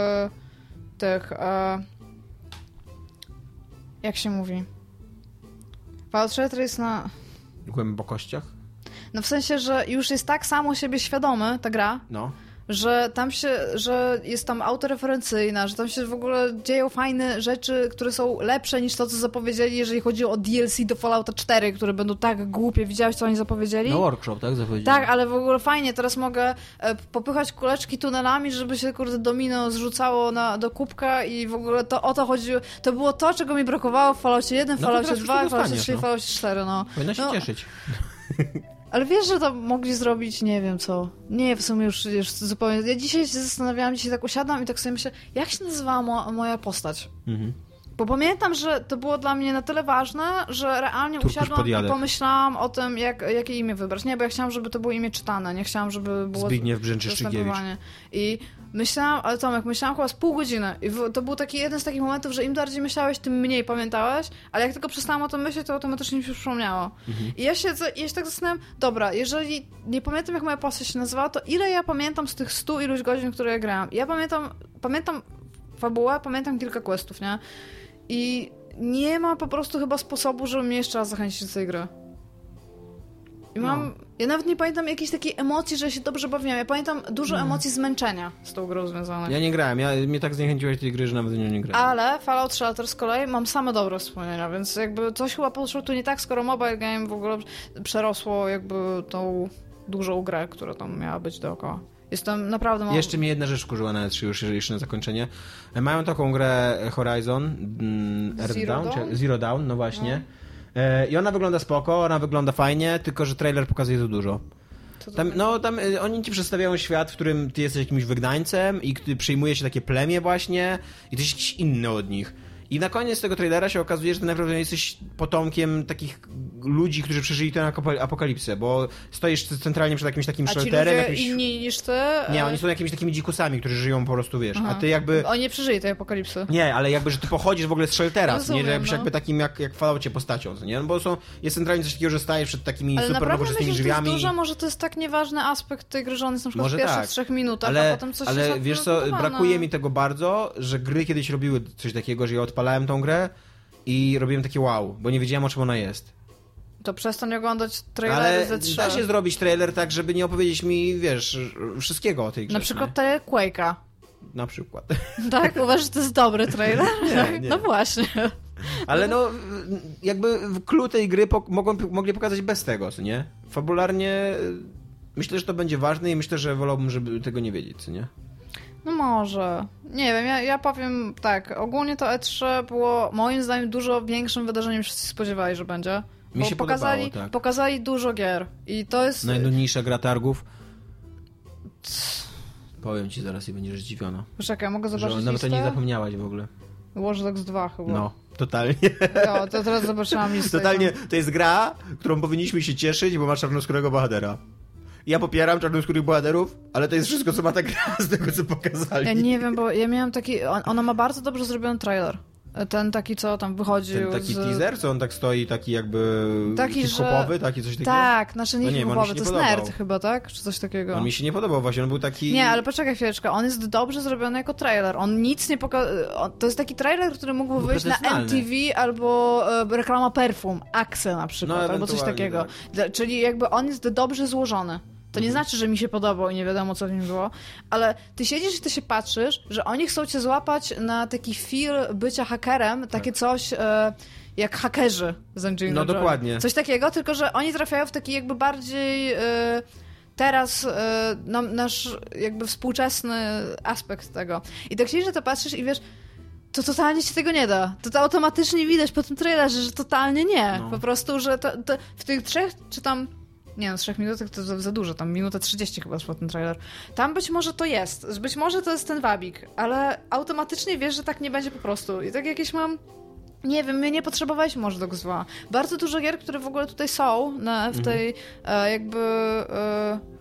Speaker 1: jak się mówi? Fallout Shelter jest na...
Speaker 2: głębokościach?
Speaker 1: No w sensie, że już jest tak samo siebie świadomy, ta gra, że tam że jest tam autoreferencyjna, że tam się w ogóle dzieją fajne rzeczy, które są lepsze niż to, co zapowiedzieli, jeżeli chodzi o DLC do Fallouta 4, które będą tak głupie. Widziałeś, co oni zapowiedzieli?
Speaker 2: No workshop, tak? Zapowiedzieli.
Speaker 1: Tak, ale w ogóle fajnie. Teraz mogę popychać kuleczki tunelami, żeby się, domino zrzucało do kubka i w ogóle to o to chodziło. To było to, czego mi brakowało w Falloutie 1, w Falloutie 2, w Falloutie 3, w Falloutie 4,
Speaker 2: Powinna się cieszyć.
Speaker 1: Ale wiesz, że to mogli zrobić, nie wiem co. Nie, w sumie już zupełnie... Ja dzisiaj się zastanawiałam, dzisiaj tak usiadam i tak sobie myślę, jak się nazywała moja postać? Bo pamiętam, że to było dla mnie na tyle ważne, że realnie usiadłam i pomyślałam o tym, jakie imię wybrać. Nie, bo ja chciałam, żeby to było imię czytane. Nie chciałam, żeby było...
Speaker 2: Zbigniew Brzęczyszczykiewicz.
Speaker 1: I myślałam, ale Tomek, myślałam chyba z pół godziny. I to był jeden z takich momentów, że im bardziej myślałeś, tym mniej pamiętałeś, ale jak tylko przestałam o tym myśleć, to automatycznie mi się przypomniało. I ja się tak zastanawiam, dobra, jeżeli nie pamiętam, jak moja postać się nazywała, to ile ja pamiętam z tych 100 iluś godzin, które ja grałam? Ja pamiętam fabułę, pamiętam kilka questów, nie? I nie ma po prostu chyba sposobu, żeby mnie jeszcze raz zachęcić do tej gry. Ja nawet nie pamiętam jakiejś takiej emocji, że się dobrze bawiłam. Ja pamiętam dużo emocji zmęczenia z tą grą związanych.
Speaker 2: Ja nie grałem. Mnie tak zniechęciłeś tej gry, że nawet w nią nie grałem.
Speaker 1: Ale Fallout Shelter z kolei mam same dobre wspomnienia, więc jakby coś chyba poszło tu nie tak, skoro mobile game w ogóle przerosło jakby tą dużą grę, która tam miała być dookoła. Jestem naprawdę...
Speaker 2: Jeszcze mnie jedna rzecz wkurzyła na E3 już jeszcze na zakończenie. Mają taką grę Horizon Zero Dawn, no właśnie. I ona wygląda spoko, ona wygląda fajnie, tylko że trailer pokazuje za dużo. Tam oni ci przedstawiają świat, w którym ty jesteś jakimś wygnańcem i przyjmuje się takie plemię właśnie i ty jesteś jakiś inny od nich. I na koniec tego trailera się okazuje, że ty naprawdę jesteś potomkiem takich ludzi, którzy przeżyli tę apokalipsę, bo stoisz centralnie przed jakimś takim shelterem.
Speaker 1: A ci ludzie inni niż ty?
Speaker 2: Nie, oni są jakimiś takimi dzikusami, którzy żyją po prostu, wiesz. Aha. A ty jakby...
Speaker 1: Oni nie przeżyli tej apokalipsy.
Speaker 2: Nie, ale jakby, że ty pochodzisz w ogóle z sheltera, nie? Że jakby takim jak w Falloutie postacią, nie? No bo jest centralnie coś takiego, że stajesz przed takimi super nowoczesnymi drzwiami.
Speaker 1: Ale może to jest tak nieważny aspekt tej gry, że on jest na przykład w pierwszych 3 minutach, a potem coś
Speaker 2: ale się wiesz co, brakuje mi tego bardzo, że gry kiedyś robiły coś takiego, że ja odpalałem tą grę i robiłem takie wow, bo nie wiedziałem, o czym ona jest.
Speaker 1: To przestań oglądać trailery ze 3.
Speaker 2: Da się zrobić trailer tak, żeby nie opowiedzieć mi, wiesz, wszystkiego o tej grze.
Speaker 1: Na przykład te Quake'a.
Speaker 2: Na przykład.
Speaker 1: Tak? Uważasz, że to jest dobry trailer?
Speaker 2: Nie.
Speaker 1: No właśnie.
Speaker 2: Ale jakby clue tej gry mogli pokazać bez tego, co nie? Fabularnie myślę, że to będzie ważne i myślę, że wolałbym, żeby tego nie wiedzieć, co nie?
Speaker 1: No może. Nie wiem, ja powiem tak. Ogólnie to E3 było moim zdaniem dużo większym wydarzeniem niż wszyscy spodziewali, że będzie.
Speaker 2: Mi się podobało, tak.
Speaker 1: Pokazali dużo gier. I to jest...
Speaker 2: Najnudniejsza gra targów. Powiem ci zaraz i będziesz zdziwiona.
Speaker 1: Poczekaj, mogę zobaczyć
Speaker 2: listę? Nawet o niej zapomniałaś w ogóle.
Speaker 1: Watch Dogs 2 chyba.
Speaker 2: No, totalnie.
Speaker 1: No, to teraz zobaczyłam listę.
Speaker 2: Totalnie, to jest gra, którą powinniśmy się cieszyć, bo ma czarnoskórego bohatera. Ja popieram czarnoskórych bohaterów, ale to jest wszystko, co ma ta gra z tego, co pokazali.
Speaker 1: Ja nie wiem, bo ja miałam taki... Ona ma bardzo dobrze zrobiony trailer. Ten taki, co tam wychodził
Speaker 2: ten taki teaser, co on tak stoi, taki jakby hip-hopowy, taki coś takiego?
Speaker 1: Tak, znaczy nie hip-hopowy, to jest nerd chyba, tak? Czy coś takiego?
Speaker 2: On mi się nie podobał właśnie, on był taki...
Speaker 1: Nie, ale poczekaj chwileczkę, on jest dobrze zrobiony jako trailer, on nic nie to jest taki trailer, który mógłby wyjść na MTV albo reklama perfum, Axe na przykład, albo coś takiego. Tak. Czyli jakby on jest dobrze złożony. To nie znaczy, że mi się podobał i nie wiadomo, co w nim było, ale ty siedzisz i ty się patrzysz, że oni chcą cię złapać na taki feel bycia hakerem, takie coś jak hakerzy z Angelina Jolie.
Speaker 2: Dokładnie.
Speaker 1: Coś takiego, tylko że oni trafiają w taki jakby bardziej teraz nasz jakby współczesny aspekt tego. I tak siedzisz, że to patrzysz i wiesz, to totalnie się tego nie da. To automatycznie widać po tym trailerze, że totalnie nie. No. Po prostu, że to w tych 3 czy tam... Nie no, 3 minut to za dużo, tam minuta 30 chyba trwa ten trailer. Tam być może to jest, być może to jest ten wabik, ale automatycznie wiesz, że tak nie będzie po prostu. I tak jakieś mam... Nie wiem, my nie potrzebowaliśmy może Dogs 2. Bardzo dużo gier, które w ogóle tutaj są w tej jakby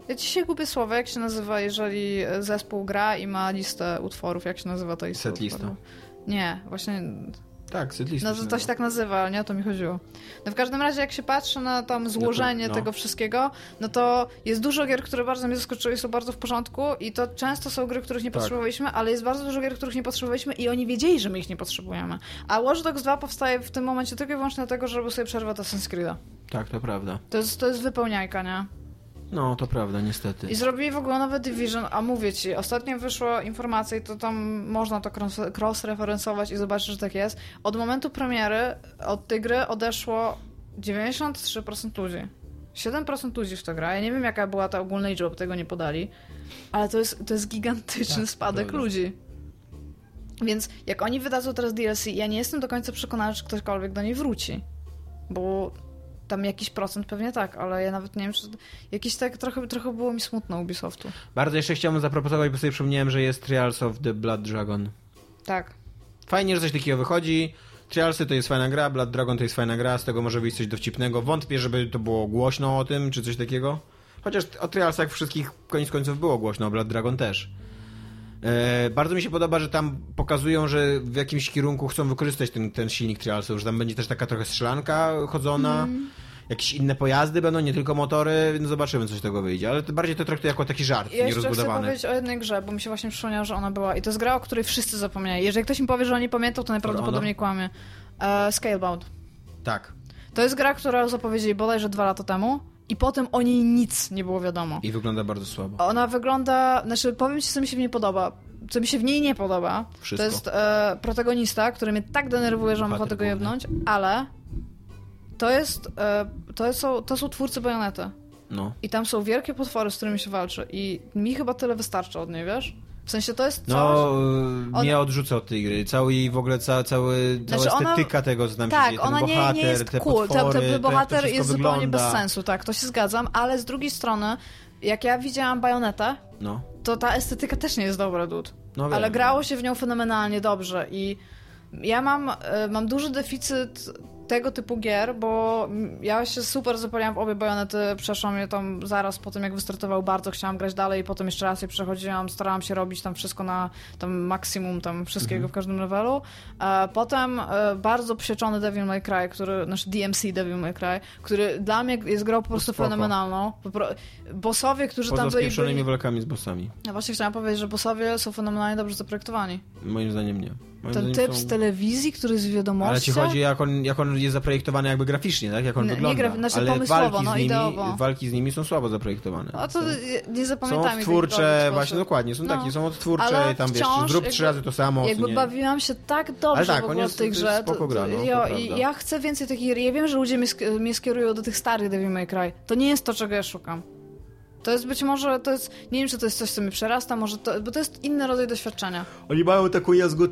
Speaker 1: Ja dzisiaj gubię słowo, jak się nazywa, jeżeli zespół gra i ma listę utworów, jak się nazywa to lista
Speaker 2: Setlista.
Speaker 1: Nie, właśnie...
Speaker 2: Tak, setlista.
Speaker 1: No to się tak nazywa, ale nie o to mi chodziło. No w każdym razie, jak się patrzy na tam złożenie tego wszystkiego, no to jest dużo gier, które bardzo mnie zaskoczyły i są bardzo w porządku i to często są gry, których nie potrzebowaliśmy, ale jest bardzo dużo gier, których nie potrzebowaliśmy i oni wiedzieli, że my ich nie potrzebujemy. A Watch Dogs 2 powstaje w tym momencie tylko i wyłącznie dlatego, żeby sobie przerwać Assassin's Creed'a.
Speaker 2: Tak, to prawda.
Speaker 1: To jest wypełniajka, nie?
Speaker 2: No, to prawda, niestety.
Speaker 1: I zrobili w ogóle nowe Division, a mówię ci, ostatnio wyszła informacja i to tam można to cross-referensować i zobaczyć, że tak jest. Od momentu premiery od tej gry odeszło 93% ludzi. 7% ludzi w to gra. Ja nie wiem, jaka była ta ogólna liczba, bo tego nie podali. Ale to jest gigantyczny spadek ludzi. Więc jak oni wydadzą teraz DLC, ja nie jestem do końca przekonana, czy ktokolwiek do niej wróci. Bo tam jakiś procent pewnie tak, ale ja nawet nie wiem, czy jakiś tak trochę było mi smutno Ubisoftu.
Speaker 2: Bardzo jeszcze chciałbym zaproponować, bo sobie przypomniałem, że jest Trials of the Blood Dragon.
Speaker 1: Tak.
Speaker 2: Fajnie, że coś takiego wychodzi. Trialsy to jest fajna gra, Blood Dragon to jest fajna gra, z tego może wyjść coś dowcipnego. Wątpię, żeby to było głośno o tym, czy coś takiego. Chociaż o Trialsach wszystkich koniec końców było głośno, o Blood Dragon też. Bardzo mi się podoba, że tam pokazują, że w jakimś kierunku chcą wykorzystać ten silnik Trialsów, że tam będzie też taka trochę strzelanka chodzona, jakieś inne pojazdy będą, nie tylko motory, więc zobaczymy, co z tego wyjdzie, ale bardziej to traktuję jako taki żart, nierozbudowany.
Speaker 1: Ja jeszcze chcę powiedzieć o jednej grze, bo mi się właśnie przypomniało, że ona była i to jest gra, o której wszyscy zapomnieli. Jeżeli ktoś mi powie, że on nie pamiętał, to najprawdopodobniej kłamie. Scalebound.
Speaker 2: Tak.
Speaker 1: To jest gra, którą zapowiedzieli bodajże 2 lata temu. I potem o niej nic nie było wiadomo.
Speaker 2: I wygląda bardzo słabo.
Speaker 1: Ona wygląda... Znaczy, powiem ci, co mi się w niej podoba. Co mi się w niej nie podoba.
Speaker 2: Wszystko.
Speaker 1: To jest protagonista, który mnie tak denerwuje, że mam ochotę go jebnąć, ale to są twórcy Bajonety.
Speaker 2: No.
Speaker 1: I tam są wielkie potwory, z którymi się walczy. I mi chyba tyle wystarczy od niej, wiesz? W sensie to jest coś...
Speaker 2: No, mnie odrzuca od tej gry. Cała estetyka tego, co tam się dzieje. Ten
Speaker 1: ona
Speaker 2: bohater,
Speaker 1: nie jest
Speaker 2: te
Speaker 1: cool.
Speaker 2: potwory,
Speaker 1: ten bohater
Speaker 2: to
Speaker 1: jest
Speaker 2: wygląda.
Speaker 1: Zupełnie bez sensu, tak, to się zgadzam, ale z drugiej strony, jak ja widziałam Bajonetę, to ta estetyka też nie jest dobra, dude.
Speaker 2: No
Speaker 1: ale grało się w nią fenomenalnie dobrze i ja mam duży deficyt tego typu gier, bo ja się super zapaliłam w obie Bajonety, przeszłam je tam zaraz po tym, jak wystartował, bardzo chciałam grać dalej i potem jeszcze raz je przechodziłam, starałam się robić tam wszystko na tam maksimum tam wszystkiego w każdym levelu. Potem bardzo psieczony Devil May Cry, DMC Devil May Cry, który dla mnie jest grą po prostu fenomenalną. Bossowie, którzy tam byli...
Speaker 2: Poza spieprzonymi walkami z bossami.
Speaker 1: Ja właśnie chciałam powiedzieć, że bossowie są fenomenalnie dobrze zaprojektowani.
Speaker 2: Moim zdaniem nie.
Speaker 1: Ten typ z telewizji, który jest w wiadomościach...
Speaker 2: Ale ci chodzi, jak on jest zaprojektowany jakby graficznie, tak? Jak on wygląda.
Speaker 1: Ale pomysłowo,
Speaker 2: walki z nimi są słabo zaprojektowane.
Speaker 1: A to nie zapamiętamy.
Speaker 2: Są odtwórcze, właśnie dokładnie, są odtwórcze
Speaker 1: ale
Speaker 2: i tam wiesz, zrób 3 razy to samo.
Speaker 1: Jakby bawiłam się tak dobrze w ogóle w tej grze. Ja chcę więcej takich gier. Ja wiem, że ludzie mnie skierują do tych starych Devil May Cry. To nie jest to, czego ja szukam. To jest być może, nie wiem, czy to jest coś, co mnie przerasta, bo to jest inny rodzaj doświadczenia.
Speaker 2: Oni mają taką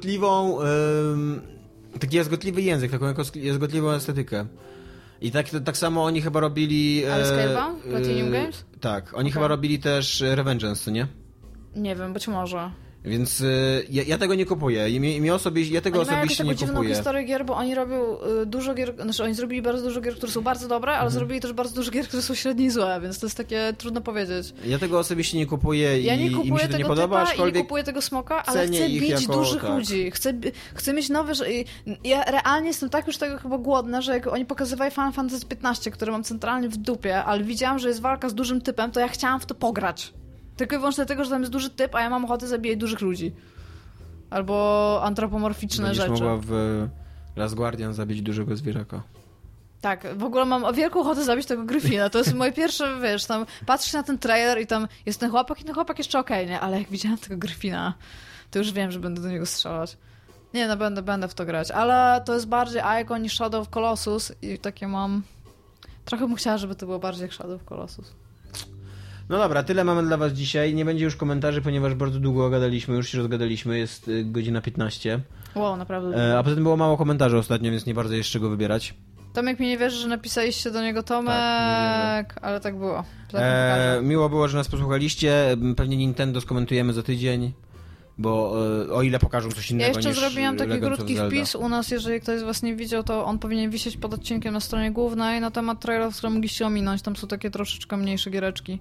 Speaker 2: taki jazgotliwy język, taką jazgotliwą estetykę. I tak samo oni chyba robili...
Speaker 1: Ale Scalebound? Platinum Games?
Speaker 2: Tak, oni chyba robili też Revengeance, co nie?
Speaker 1: Nie wiem, być może.
Speaker 2: Więc ja tego nie kupuję. Ja tego osobiście nie kupuję. Oni mają dziwną
Speaker 1: historię gier, bo oni robią dużo gier, oni zrobili bardzo dużo gier, które są bardzo dobre, ale zrobili też bardzo dużo gier, które są średnie i złe, więc to jest takie trudno powiedzieć.
Speaker 2: Ja tego osobiście nie kupuję i mi się to nie podoba, aczkolwiek
Speaker 1: nie kupuję tego smoka, ale chcę bić dużych ludzi. Chcę mieć nowe... Ja realnie jestem tak już tego chyba głodna, że jak oni pokazywali Final Fantasy XV, który mam centralnie w dupie, ale widziałam, że jest walka z dużym typem, to ja chciałam w to pograć. Tylko i wyłącznie dlatego, że tam jest duży typ, a ja mam ochotę zabijać dużych ludzi. Albo antropomorficzne rzeczy.
Speaker 2: Będziesz mogła w Last Guardian zabić dużego zwierzaka.
Speaker 1: Tak, w ogóle mam wielką ochotę zabić tego Gryfina. To jest moje pierwsze, wiesz, tam patrzysz na ten trailer i tam jest ten chłopak i ten chłopak jeszcze okej, nie? Ale jak widziałam tego Gryfina, to już wiem, że będę do niego strzelać. Nie, no będę w to grać. Ale to jest bardziej Icon niż Shadow of Colossus i takie mam... Trochę bym chciała, żeby to było bardziej jak Shadow of Colossus.
Speaker 2: No dobra, tyle mamy dla was dzisiaj. Nie będzie już komentarzy, ponieważ bardzo długo gadaliśmy, już się rozgadaliśmy, jest godzina 15.
Speaker 1: Wow, naprawdę.
Speaker 2: A poza tym było mało komentarzy ostatnio, więc nie bardzo jest czego wybierać.
Speaker 1: Tomek mi nie wierzy, że napisaliście do niego Tomek, tak, ale tak było.
Speaker 2: Miło było, że nas posłuchaliście. Pewnie Nintendo skomentujemy za tydzień, bo o ile pokażą coś innego niż
Speaker 1: Ja jeszcze zrobiłam taki krótki
Speaker 2: Zelda.
Speaker 1: wpis u nas, jeżeli ktoś z was nie widział, to on powinien wisieć pod odcinkiem na stronie głównej na temat trailerów, które mogliście ominąć. Tam są takie troszeczkę mniejsze giereczki,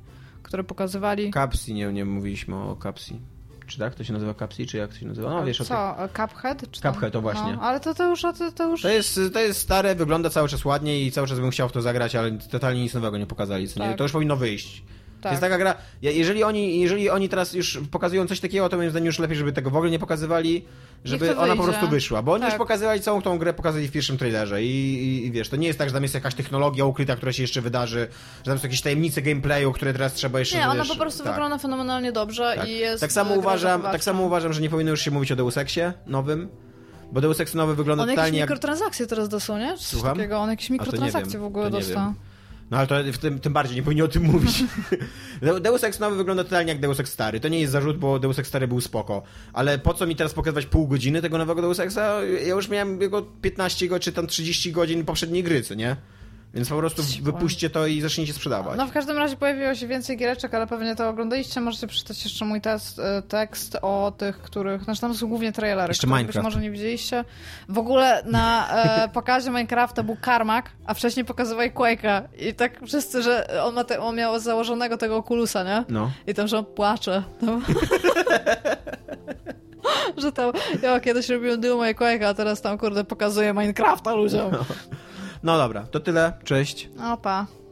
Speaker 1: które pokazywali.
Speaker 2: Capsi, nie mówiliśmy o Capsi. Czy tak? To się nazywa Capsi, czy jak to się nazywa? No wiesz
Speaker 1: co, Cuphead? Czy
Speaker 2: Cuphead, to właśnie.
Speaker 1: No, ale to już...
Speaker 2: To jest stare, wygląda cały czas ładnie i cały czas bym chciał w to zagrać, ale totalnie nic nowego nie pokazali. Co nie? To już powinno wyjść. To jest taka gra, jeżeli oni teraz już pokazują coś takiego, to moim zdaniem już lepiej, żeby tego w ogóle nie pokazywali, żeby ona po prostu wyszła. Bo oni już pokazywali całą tą grę, pokazali w pierwszym trailerze i wiesz, to nie jest tak, że tam jest jakaś technologia ukryta, która się jeszcze wydarzy, że tam są jakieś tajemnice gameplayu, które teraz trzeba jeszcze...
Speaker 1: Nie, ona po prostu wygląda fenomenalnie dobrze i jest...
Speaker 2: Tak samo uważam, że nie powinno już się mówić o Deus Exie nowym, bo Deus Ex nowy wygląda totalnie jak...
Speaker 1: On jakieś mikrotransakcje teraz dostał, nie?
Speaker 2: Słucham?
Speaker 1: Takiego, on jakieś mikrotransakcje w ogóle dostał.
Speaker 2: No ale to tym bardziej nie powinni o tym mówić. Deus Ex nowy wygląda totalnie jak Deus Ex stary. To nie jest zarzut, bo Deus Ex stary był spoko. Ale po co mi teraz pokazywać pół godziny tego nowego Deus Exa? Ja już miałem jego 15 czy tam 30 godzin poprzedniej gry, co nie? Więc po prostu wypuśćcie to i zacznijcie sprzedawać.
Speaker 1: No w każdym razie pojawiło się więcej giereczek, ale pewnie to oglądaliście. Możecie przeczytać jeszcze mój tekst o tych, których... Znaczy tam są głównie trailery,
Speaker 2: jeszcze Minecraft.
Speaker 1: Być może nie widzieliście. W ogóle na pokazie Minecrafta był Carmack, a wcześniej pokazywali Quake'a. I tak wszyscy, że on miał założonego tego Oculusa, nie?
Speaker 2: No.
Speaker 1: I tam, że on płacze. No. Że tam... Ja kiedyś robiłem Doom i Quake'a, a teraz tam, kurde, pokazuje Minecrafta ludziom.
Speaker 2: No dobra, to tyle. Cześć.
Speaker 1: Opa.